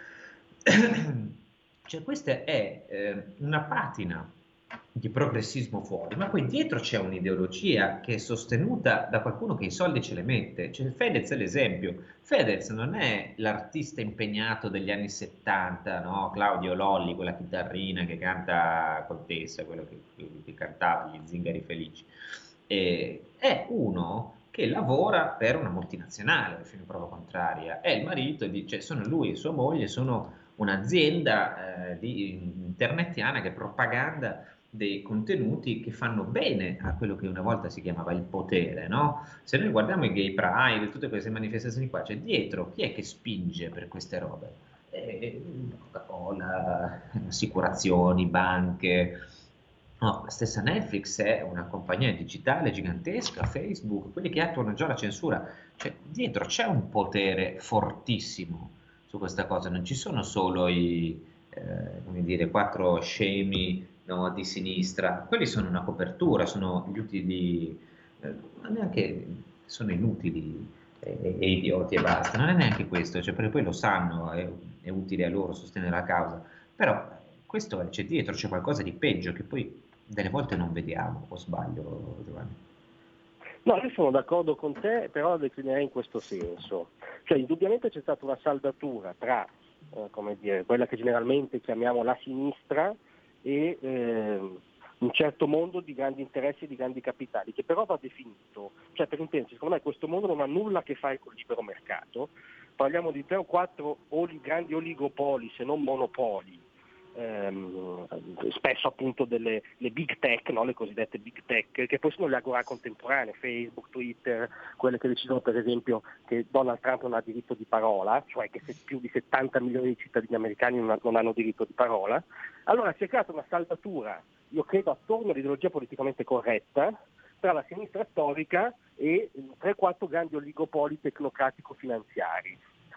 S2: cioè questa è eh, una patina di progressismo fuori, ma poi dietro c'è un'ideologia che è sostenuta da qualcuno che i soldi ce le mette. Cioè, Fedez è l'esempio. Fedez non è l'artista impegnato degli anni settanta, no? Claudio Lolli, quella chitarrina che canta Contessa, quello che, che cantava gli Zingari Felici. E è uno che lavora per una multinazionale, fino a prova contraria. È il marito, di, cioè sono lui e sua moglie, sono un'azienda eh, di, internetiana che è propaganda dei contenuti che fanno bene a quello che una volta si chiamava il potere, no? Se noi guardiamo i gay pride, tutte queste manifestazioni qua, c'è cioè dietro chi è che spinge per queste robe? Eh, Coca-Cola, assicurazioni, banche. No, la stessa Netflix è una compagnia digitale gigantesca, Facebook, quelli che attuano già la censura. Cioè, dietro c'è un potere fortissimo su questa cosa, non ci sono solo i, eh, come dire, quattro scemi, no, di sinistra, quelli sono una copertura, sono gli utili, eh, neanche sono inutili e, e idioti e basta, non è neanche questo, cioè perché poi lo sanno, è, è utile a loro sostenere la causa, però questo è, c'è dietro, c'è qualcosa di peggio che poi delle volte non vediamo, o sbaglio, Giovanni?
S5: No, io sono d'accordo con te, però la declinerei in questo senso. Cioè, indubbiamente c'è stata una saldatura tra, eh, come dire, quella che generalmente chiamiamo la sinistra e eh, un certo mondo di grandi interessi e di grandi capitali, che però va definito. Cioè, per intenderci, secondo me questo mondo non ha nulla a che fare col libero mercato. Parliamo di tre o quattro oli, grandi oligopoli, se non monopoli, ehm, spesso appunto delle le big tech, no? Le cosiddette big tech, che poi sono le agorà contemporanee, Facebook, Twitter, quelle che decidono per esempio che Donald Trump non ha diritto di parola, cioè che se più di settanta milioni di cittadini americani non, ha, non hanno diritto di parola. Allora si è creata una saldatura, io credo, attorno all'ideologia politicamente corretta tra la sinistra storica e tre quattro grandi oligopoli tecnocratico-finanziari.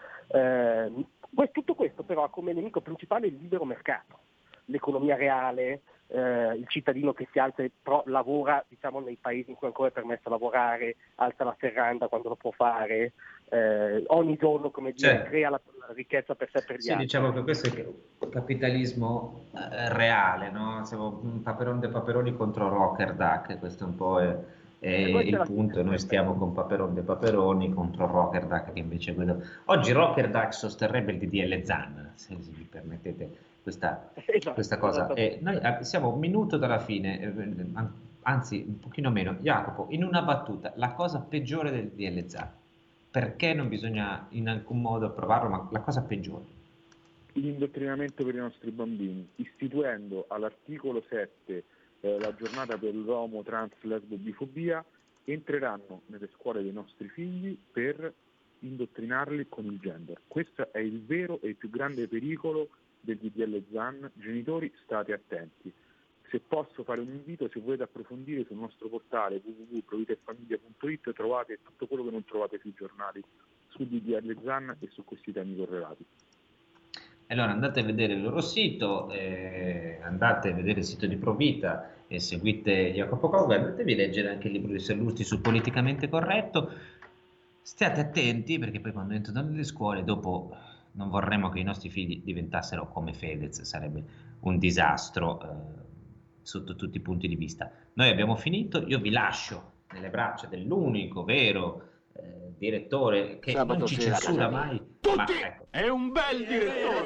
S5: Eh, tutto questo però ha come nemico principale il libero mercato, l'economia reale, eh, il cittadino che si alza e pro- lavora, diciamo, nei paesi in cui ancora è permesso lavorare, alza la serranda quando lo può fare, eh, ogni giorno, come dire, certo, crea la, la ricchezza per sé e per gli
S2: sì,
S5: altri.
S2: diciamo che questo è il capitalismo eh, reale, no? Siamo un Paperon de Paperoni contro Rocker Duck, questo un po' è, è il punto, e noi stiamo con Paperon de Paperoni contro Rocker Duck, che invece è quello. Oggi Rocker Duck sosterrebbe il D D L Zan, se mi permettete questa, esatto, questa cosa. Esatto. E noi siamo un minuto dalla fine, anzi un pochino meno. Jacopo, in una battuta, la cosa peggiore del D D L Zan, perché non bisogna in alcun modo approvarlo, ma la cosa peggiore?
S6: L'indottrinamento per i nostri bambini, istituendo all'articolo sette eh, la giornata per l'uomo, trans, lesbo, bifobia, entreranno nelle scuole dei nostri figli per indottrinarli con il gender. Questo è il vero e il più grande pericolo del D D L Zan. Genitori, state attenti. Se posso fare un invito, se volete approfondire sul nostro portale w w w punto provitefamiglia punto it trovate tutto quello che non trovate sui giornali su D D L Zan e su questi temi correlati.
S2: Allora andate a vedere il loro sito, eh, andate a vedere il sito di Provita e seguite Jacopo Cogga, andatevi a leggere anche il libro di Sallusti su Politicamente Corretto. State attenti, perché poi quando entrano nelle scuole dopo non vorremmo che i nostri figli diventassero come Fedez, sarebbe un disastro eh, sotto tutti i punti di vista. Noi abbiamo finito, io vi lascio nelle braccia dell'unico vero eh, direttore che Sabato non ci censura mai. Ma, ecco,
S13: è un bel direttore!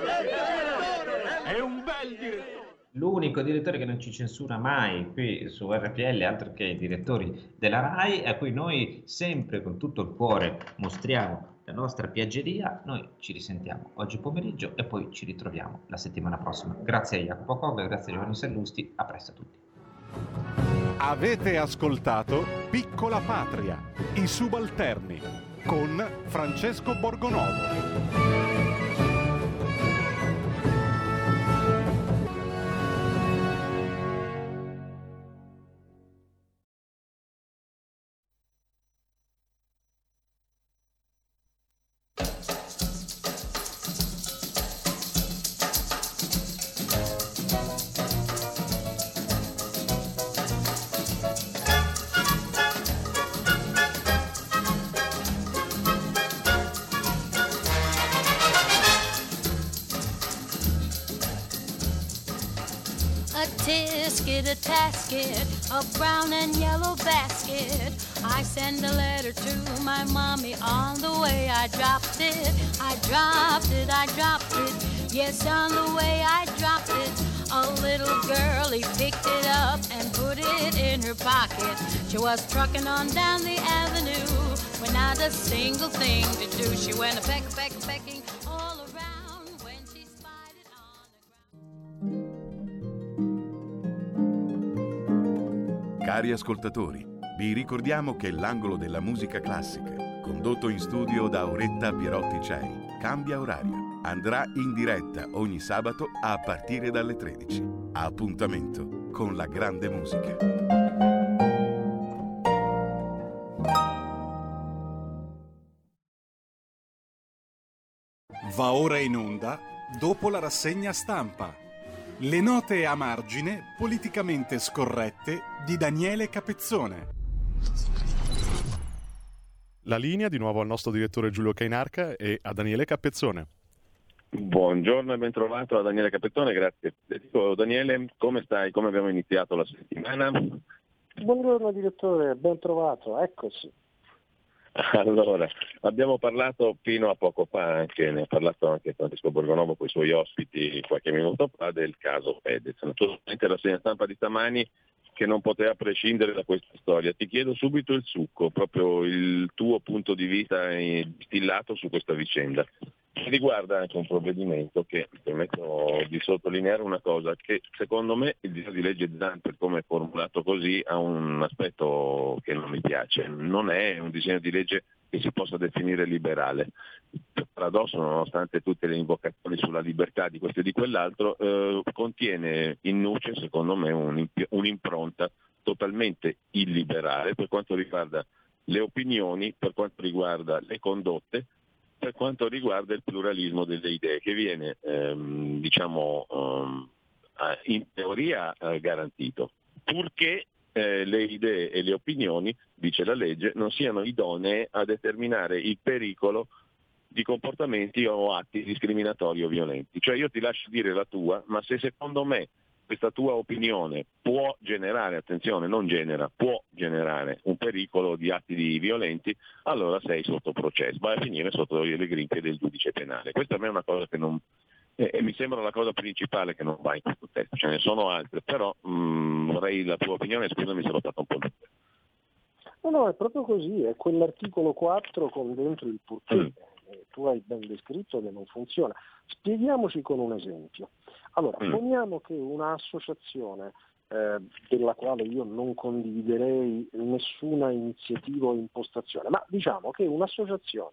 S13: È un bel direttore!
S2: L'unico direttore che non ci censura mai qui su R P L, altro che i direttori della RAI, a cui noi sempre con tutto il cuore mostriamo la nostra piaggeria. Noi ci risentiamo oggi pomeriggio e poi ci ritroviamo la settimana prossima. Grazie a Jacopo Cogga, grazie a Giovanni Sallusti, a presto a tutti.
S1: Avete ascoltato Piccola Patria, i subalterni, con Francesco Borgonovo.
S14: a tisket, a tasket, a brown and yellow basket. I send a letter to my mommy on the way. I dropped it, I dropped it, I dropped it. Yes, on the way I dropped it. A little girlie picked it up and put it in her pocket. She was trucking on down the avenue with not a single thing to do. She went a peck, peck, pecking all around when she spied it on the ground.
S15: Cari ascoltatori, vi ricordiamo che l'angolo della musica classica, condotto in studio da Auretta Pierotti Cei, cambia orario. Andrà in diretta ogni sabato a partire dalle tredici. Appuntamento con la grande musica.
S9: Va ora in onda, dopo la rassegna stampa, le note a margine politicamente scorrette di Daniele Capezzone.
S7: La linea di nuovo al nostro direttore Giulio Cainarca e a Daniele Capezzone.
S16: Buongiorno e ben trovato a Daniele Capezzone, grazie. Dico, Daniele, come stai? Come abbiamo iniziato la settimana?
S5: Buongiorno direttore, ben trovato, eccoci.
S16: Allora, abbiamo parlato fino a poco fa, anche ne ha parlato anche Francesco Borgonovo con i suoi ospiti qualche minuto fa, del caso Fedez. Naturalmente la segna stampa di stamani che non poteva prescindere da questa storia. Ti chiedo subito il succo, proprio il tuo punto di vista distillato su questa vicenda. Riguarda anche un provvedimento che permetto di sottolineare una cosa, che secondo me il disegno di legge Zan, per come è formulato così, ha un aspetto che non mi piace. Non è un disegno di legge che si possa definire liberale. Per paradosso, nonostante tutte le invocazioni sulla libertà di questo e di quell'altro, eh, contiene in nuce, secondo me, un, un'impronta totalmente illiberale per quanto riguarda le opinioni, per quanto riguarda le condotte, per quanto riguarda il pluralismo delle idee, che viene ehm, diciamo um, in teoria eh, garantito, purché eh, le idee e le opinioni, dice la legge, non siano idonee a determinare il pericolo di comportamenti o atti discriminatori o violenti. Cioè io ti lascio dire la tua, ma se secondo me questa tua opinione può generare, attenzione, non genera, può generare un pericolo di atti di violenti, allora sei sotto processo, vai a finire sotto le grinfie del giudice penale. Questa a me è una cosa che non, eh, mi sembra la cosa principale che non va in questo testo, ce ne sono altre, però mh, vorrei la tua opinione, scusami se l'ho fatta un po' lunga.
S5: No, no, è proprio così, è quell'articolo quattro con dentro il purché. Mm. Tu hai ben descritto che non funziona. Spieghiamoci con un esempio. Allora, mm. poniamo che un'associazione eh, della quale io non condividerei nessuna iniziativa o impostazione, ma diciamo che un'associazione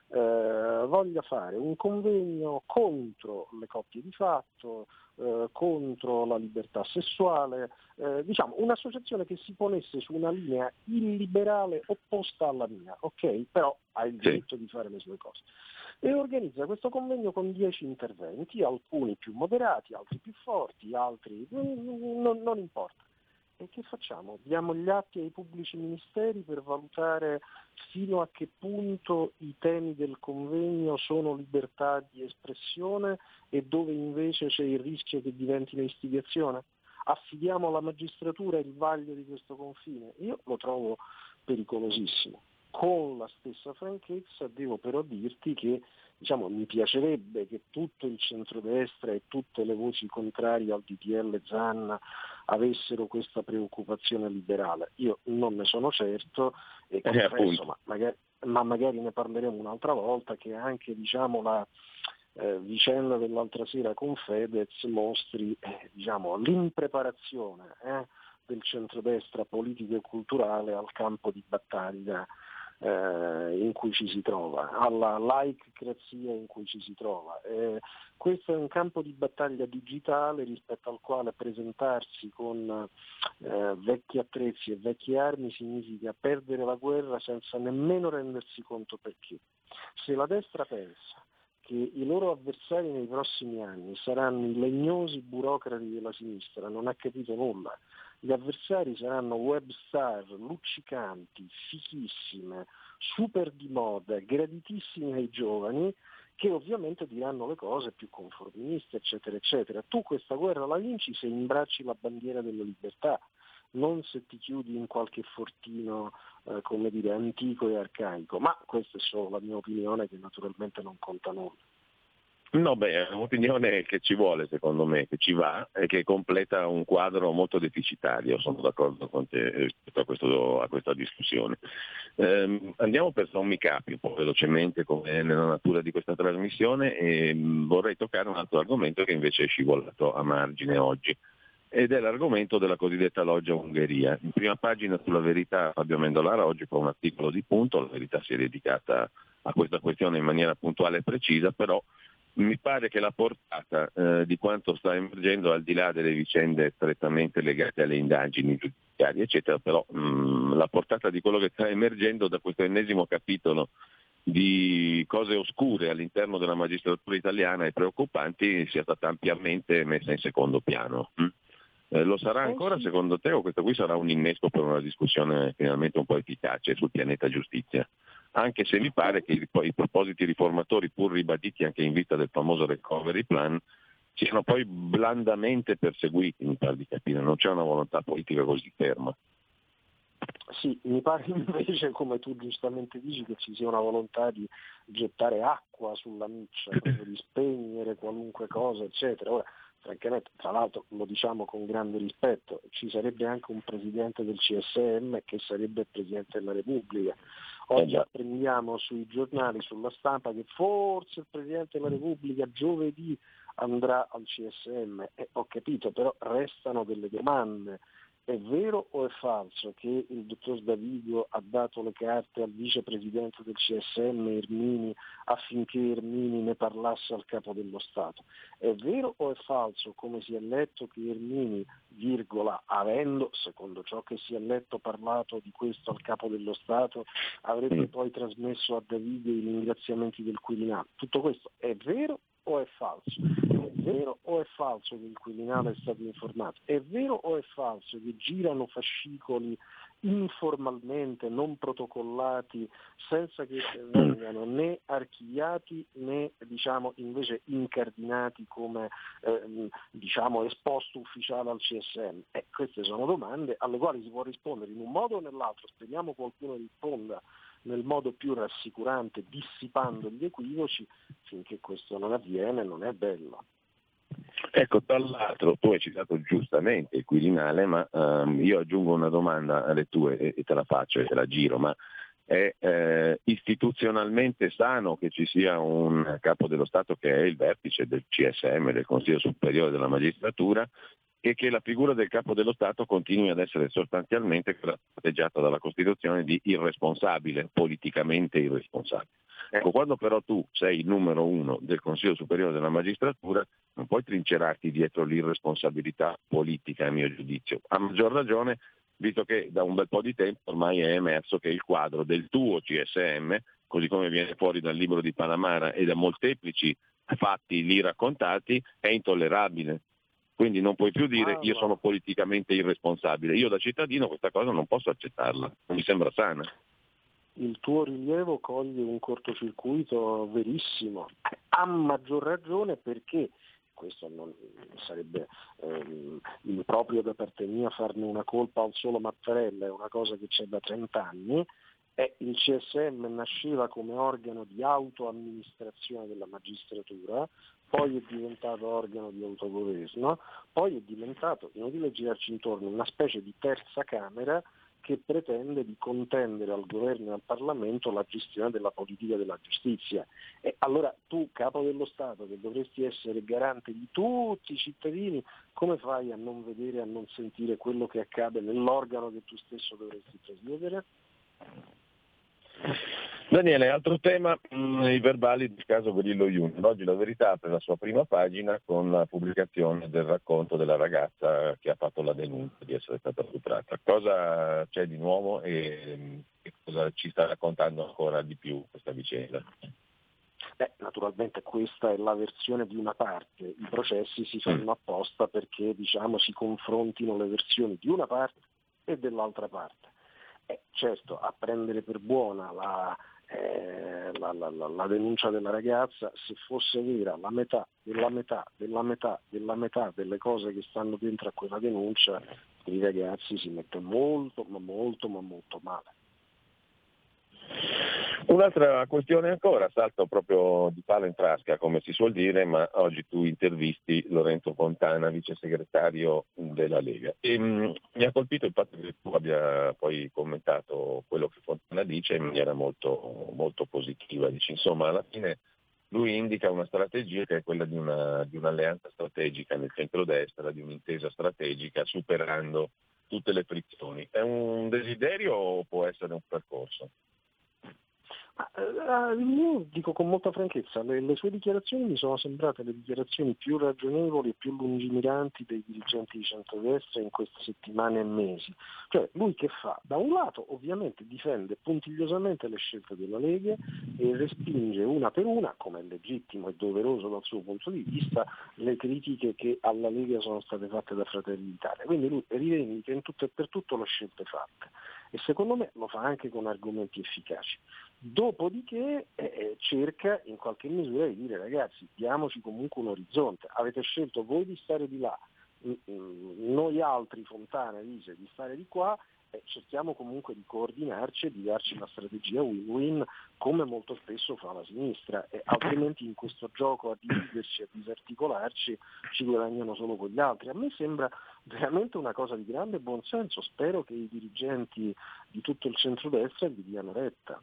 S5: eh, voglia fare un convegno contro le coppie di fatto, eh, contro la libertà sessuale, eh, diciamo un'associazione che si ponesse su una linea illiberale opposta alla mia, ok? Però ha il diritto sì. di fare le sue cose. E organizza questo convegno con dieci interventi, alcuni più moderati, altri più forti, altri non, non importa. E che facciamo? Diamo gli atti ai pubblici ministeri per valutare fino a che punto i temi del convegno sono libertà di espressione e dove invece c'è il rischio che diventino istigazione? Affidiamo alla magistratura il vaglio di questo confine? Io lo trovo pericolosissimo. Con la stessa franchezza devo però dirti che diciamo, mi piacerebbe che tutto il centrodestra e tutte le voci contrarie al D P L Zan avessero questa preoccupazione liberale. Io non ne sono certo e confesso, ma magari, ma magari ne parleremo un'altra volta, che anche diciamo, la eh, vicenda dell'altra sera con Fedez mostri eh, diciamo, l'impreparazione eh, del centrodestra politico e culturale al campo di battaglia Eh, in cui ci si trova, alla laicrazia in cui ci si trova. Eh, questo è un campo di battaglia digitale rispetto al quale presentarsi con eh, vecchi attrezzi e vecchie armi significa perdere la guerra senza nemmeno rendersi conto perché. Se la destra pensa che i loro avversari nei prossimi anni saranno i legnosi burocrati della sinistra, non ha capito nulla. Gli avversari saranno web star luccicanti, fichissime, super di moda, graditissime ai giovani, che ovviamente diranno le cose più conformiste, eccetera, eccetera. Tu questa guerra la vinci se imbracci la bandiera della libertà, non se ti chiudi in qualche fortino, eh, come dire, antico e arcaico, ma questa è solo la mia opinione, che naturalmente non conta nulla.
S16: No, beh, è un'opinione che ci vuole, secondo me, che ci va e che completa un quadro molto deficitario, sono d'accordo con te rispetto a, questo, a questa discussione. Eh, andiamo per sommi capi, un po' velocemente, come nella natura di questa trasmissione, e mh, vorrei toccare un altro argomento che invece è scivolato a margine oggi, ed è l'argomento della cosiddetta loggia Ungheria. In prima pagina sulla Verità Fabio Mendolara oggi fa un articolo di punto, la Verità si è dedicata a questa questione in maniera puntuale e precisa, però mi pare che la portata eh, di quanto sta emergendo, al di là delle vicende strettamente legate alle indagini giudiziarie, eccetera, però mh, la portata di quello che sta emergendo da questo ennesimo capitolo di cose oscure all'interno della magistratura italiana e preoccupanti sia stata ampiamente messa in secondo piano. Mm? Eh, lo sarà ancora secondo te, o questo qui sarà un innesco per una discussione finalmente un po' efficace sul pianeta giustizia? Anche se mi pare che i, i propositi riformatori, pur ribaditi anche in vista del famoso recovery plan, siano poi blandamente perseguiti, mi pare di capire, non c'è una volontà politica così ferma.
S5: Sì, mi pare invece, come tu giustamente dici, che ci sia una volontà di gettare acqua sulla miccia, proprio di spegnere qualunque cosa, eccetera. Ora, francamente, tra l'altro lo diciamo con grande rispetto, ci sarebbe anche un presidente del C S M che sarebbe il Presidente della Repubblica. Oggi apprendiamo sui giornali, sulla stampa, che forse il Presidente della Repubblica giovedì andrà al C S M. Eh, ho capito, però restano delle domande. È vero o è falso che il dottor Davigo ha dato le carte al vicepresidente del C S M Ermini affinché Ermini ne parlasse al capo dello Stato? È vero o è falso, come si è letto, che Ermini, virgola, avendo, secondo ciò che si è letto, parlato di questo al capo dello Stato, avrebbe poi trasmesso a Davigo i ringraziamenti del Quirinale? Tutto questo è vero o è falso? È vero o è falso che il Quirinale è stato informato? È vero o è falso che girano fascicoli informalmente, non protocollati, senza che vengano né archiviati né, diciamo, invece incardinati come eh, diciamo esposto ufficiale al C S M? Eh, queste sono domande alle quali si può rispondere in un modo o nell'altro. Speriamo qualcuno risponda nel modo più rassicurante, dissipando gli equivoci. Finché questo non avviene non è bello.
S16: Ecco, tra l'altro tu hai citato giustamente il Quirinale, ma um, io aggiungo una domanda alle tue e, e te la faccio e te la giro, ma è eh, istituzionalmente sano che ci sia un capo dello Stato che è il vertice del C S M, del Consiglio Superiore della Magistratura, e che la figura del capo dello Stato continui ad essere sostanzialmente tratteggiata dalla Costituzione di irresponsabile, politicamente irresponsabile? Ecco, quando però tu sei il numero uno del Consiglio Superiore della Magistratura, non puoi trincerarti dietro l'irresponsabilità politica, a mio giudizio. A maggior ragione, visto che da un bel po' di tempo ormai è emerso che il quadro del tuo C S M, così come viene fuori dal libro di Palamara e da molteplici fatti lì raccontati, è intollerabile. Quindi non puoi più dire io sono politicamente irresponsabile. Io da cittadino questa cosa non posso accettarla, non mi sembra sana.
S5: Il tuo rilievo coglie un cortocircuito verissimo, a maggior ragione perché, questo non sarebbe ehm, improprio da parte mia farne una colpa al solo Mattarella, è una cosa che c'è da trent'anni, eh, il C S M nasceva come organo di autoamministrazione della magistratura, poi è diventato organo di autogoverno, poi è diventato, inutile girarci intorno, una specie di terza Camera che pretende di contendere al governo e al Parlamento la gestione della politica della giustizia. E allora tu, capo dello Stato, che dovresti essere garante di tutti i cittadini, come fai a non vedere, a non sentire quello che accade nell'organo che tu stesso dovresti presiedere?
S16: Daniele, altro tema, mh, i verbali del caso Grillo Junior. Oggi La Verità apre la sua prima pagina con la pubblicazione del racconto della ragazza che ha fatto la denuncia di essere stata stuprata. Cosa c'è di nuovo e, e cosa ci sta raccontando ancora di più questa vicenda?
S5: Beh, naturalmente questa è la versione di una parte, i processi si fanno apposta perché, diciamo, si confrontino le versioni di una parte e dell'altra parte. Eh, certo, a prendere per buona la,
S17: eh, la, la, la, la denuncia della ragazza, se fosse vera la metà della metà della metà della metà delle cose che stanno dentro a quella denuncia, i ragazzi si mettono molto ma molto ma molto male.
S16: Un'altra questione ancora, salto proprio di palo in frasca come si suol dire, ma oggi tu intervisti Lorenzo Fontana, vice segretario della Lega, e mh, mi ha colpito il fatto che tu abbia poi commentato quello che Fontana dice in maniera molto, molto positiva. Dice, insomma, alla fine lui indica una strategia che è quella di, una, di un'alleanza strategica nel centrodestra, di un'intesa strategica superando tutte le frizioni. È un desiderio o può essere un percorso?
S17: Io dico con molta franchezza, le, le sue dichiarazioni mi sono sembrate le dichiarazioni più ragionevoli e più lungimiranti dei dirigenti di centrodestra in queste settimane e mesi. Cioè lui che fa? Da un lato ovviamente difende puntigliosamente le scelte della Lega e respinge una per una, come è legittimo e doveroso dal suo punto di vista, le critiche che alla Lega sono state fatte da Fratelli d'Italia. Quindi lui rivendica in tutto e per tutto le scelte fatte e secondo me lo fa anche con argomenti efficaci. Dopodiché eh, cerca in qualche misura di dire ragazzi, diamoci comunque un orizzonte, avete scelto voi di stare di là, noi altri, Fontana dice, di stare di qua, eh, cerchiamo comunque di coordinarci e di darci una strategia win-win come molto spesso fa la sinistra, eh, altrimenti in questo gioco a dividerci, a disarticolarci ci guadagnano solo quegli altri. A me sembra veramente una cosa di grande buonsenso, spero che i dirigenti di tutto il centrodestra gli diano retta.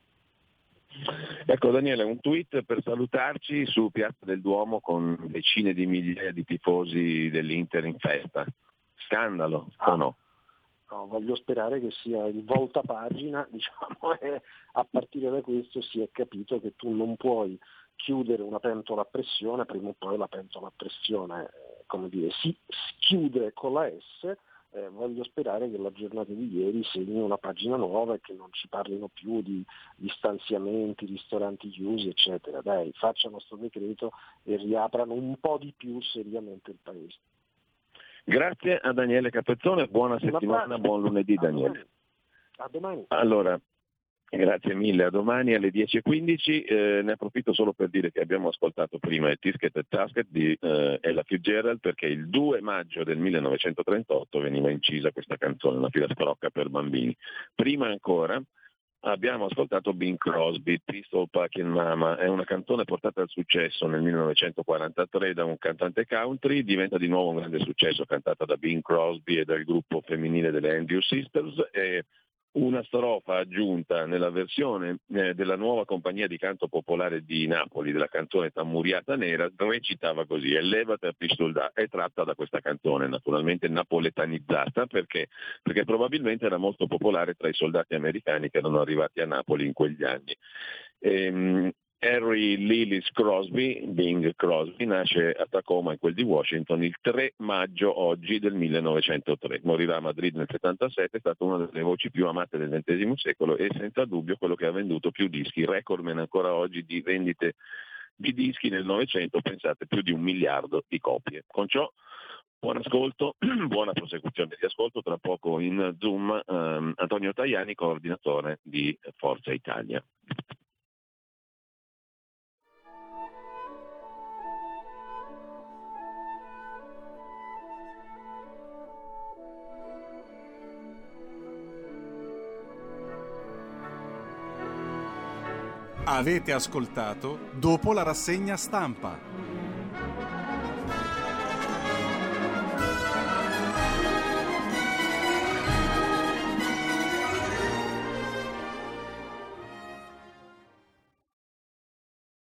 S16: Ecco Daniele, un tweet per salutarci su Piazza del Duomo con decine di migliaia di tifosi dell'Inter in festa. Scandalo ah, o no?
S17: No, voglio sperare che sia il voltapagina, diciamo, e a partire da questo si è capito che tu non puoi chiudere una pentola a pressione, prima o poi la pentola a pressione, eh, come dire, si chiude con la S. Eh, voglio sperare che la giornata di ieri segni una pagina nuova e che non ci parlino più di, di stanziamenti, ristoranti chiusi, eccetera. Dai, facciano sto decreto e riaprano un po' di più seriamente il paese.
S16: Grazie a Daniele Capezzone, buona settimana, buon lunedì Daniele.
S17: A domani.
S16: Allora, grazie mille, a domani alle dieci e quindici. Eh, ne approfitto solo per dire che abbiamo ascoltato prima il Tisket e Tasket di eh, Ella Fitzgerald, perché il due maggio del millenovecentotrentotto veniva incisa questa canzone, una filastrocca per bambini. Prima ancora abbiamo ascoltato Bing Crosby, Pistol Packin' Mama, è una canzone portata al successo nel millenovecentoquarantatré da un cantante country, diventa di nuovo un grande successo cantata da Bing Crosby e dal gruppo femminile delle Andrew Sisters, e una strofa aggiunta nella versione eh, della nuova compagnia di canto popolare di Napoli, della canzone Tammuriata Nera, recitava così: Elevate a pistol da, è tratta da questa canzone, naturalmente napoletanizzata, perché, perché probabilmente era molto popolare tra i soldati americani che erano arrivati a Napoli in quegli anni. Ehm, Harry Lillis Crosby, Bing Crosby, nasce a Tacoma, in quel di Washington, il tre maggio oggi del millenovecentotre. Morirà a Madrid nel settantasette, è stata una delle voci più amate del ventesimo secolo e senza dubbio quello che ha venduto più dischi, recordman ancora oggi di vendite di dischi nel Novecento, pensate più di un miliardo di copie. Con ciò buon ascolto, buona prosecuzione di ascolto, tra poco in Zoom ehm, Antonio Tajani, coordinatore di Forza Italia.
S9: Avete ascoltato Dopo la rassegna stampa.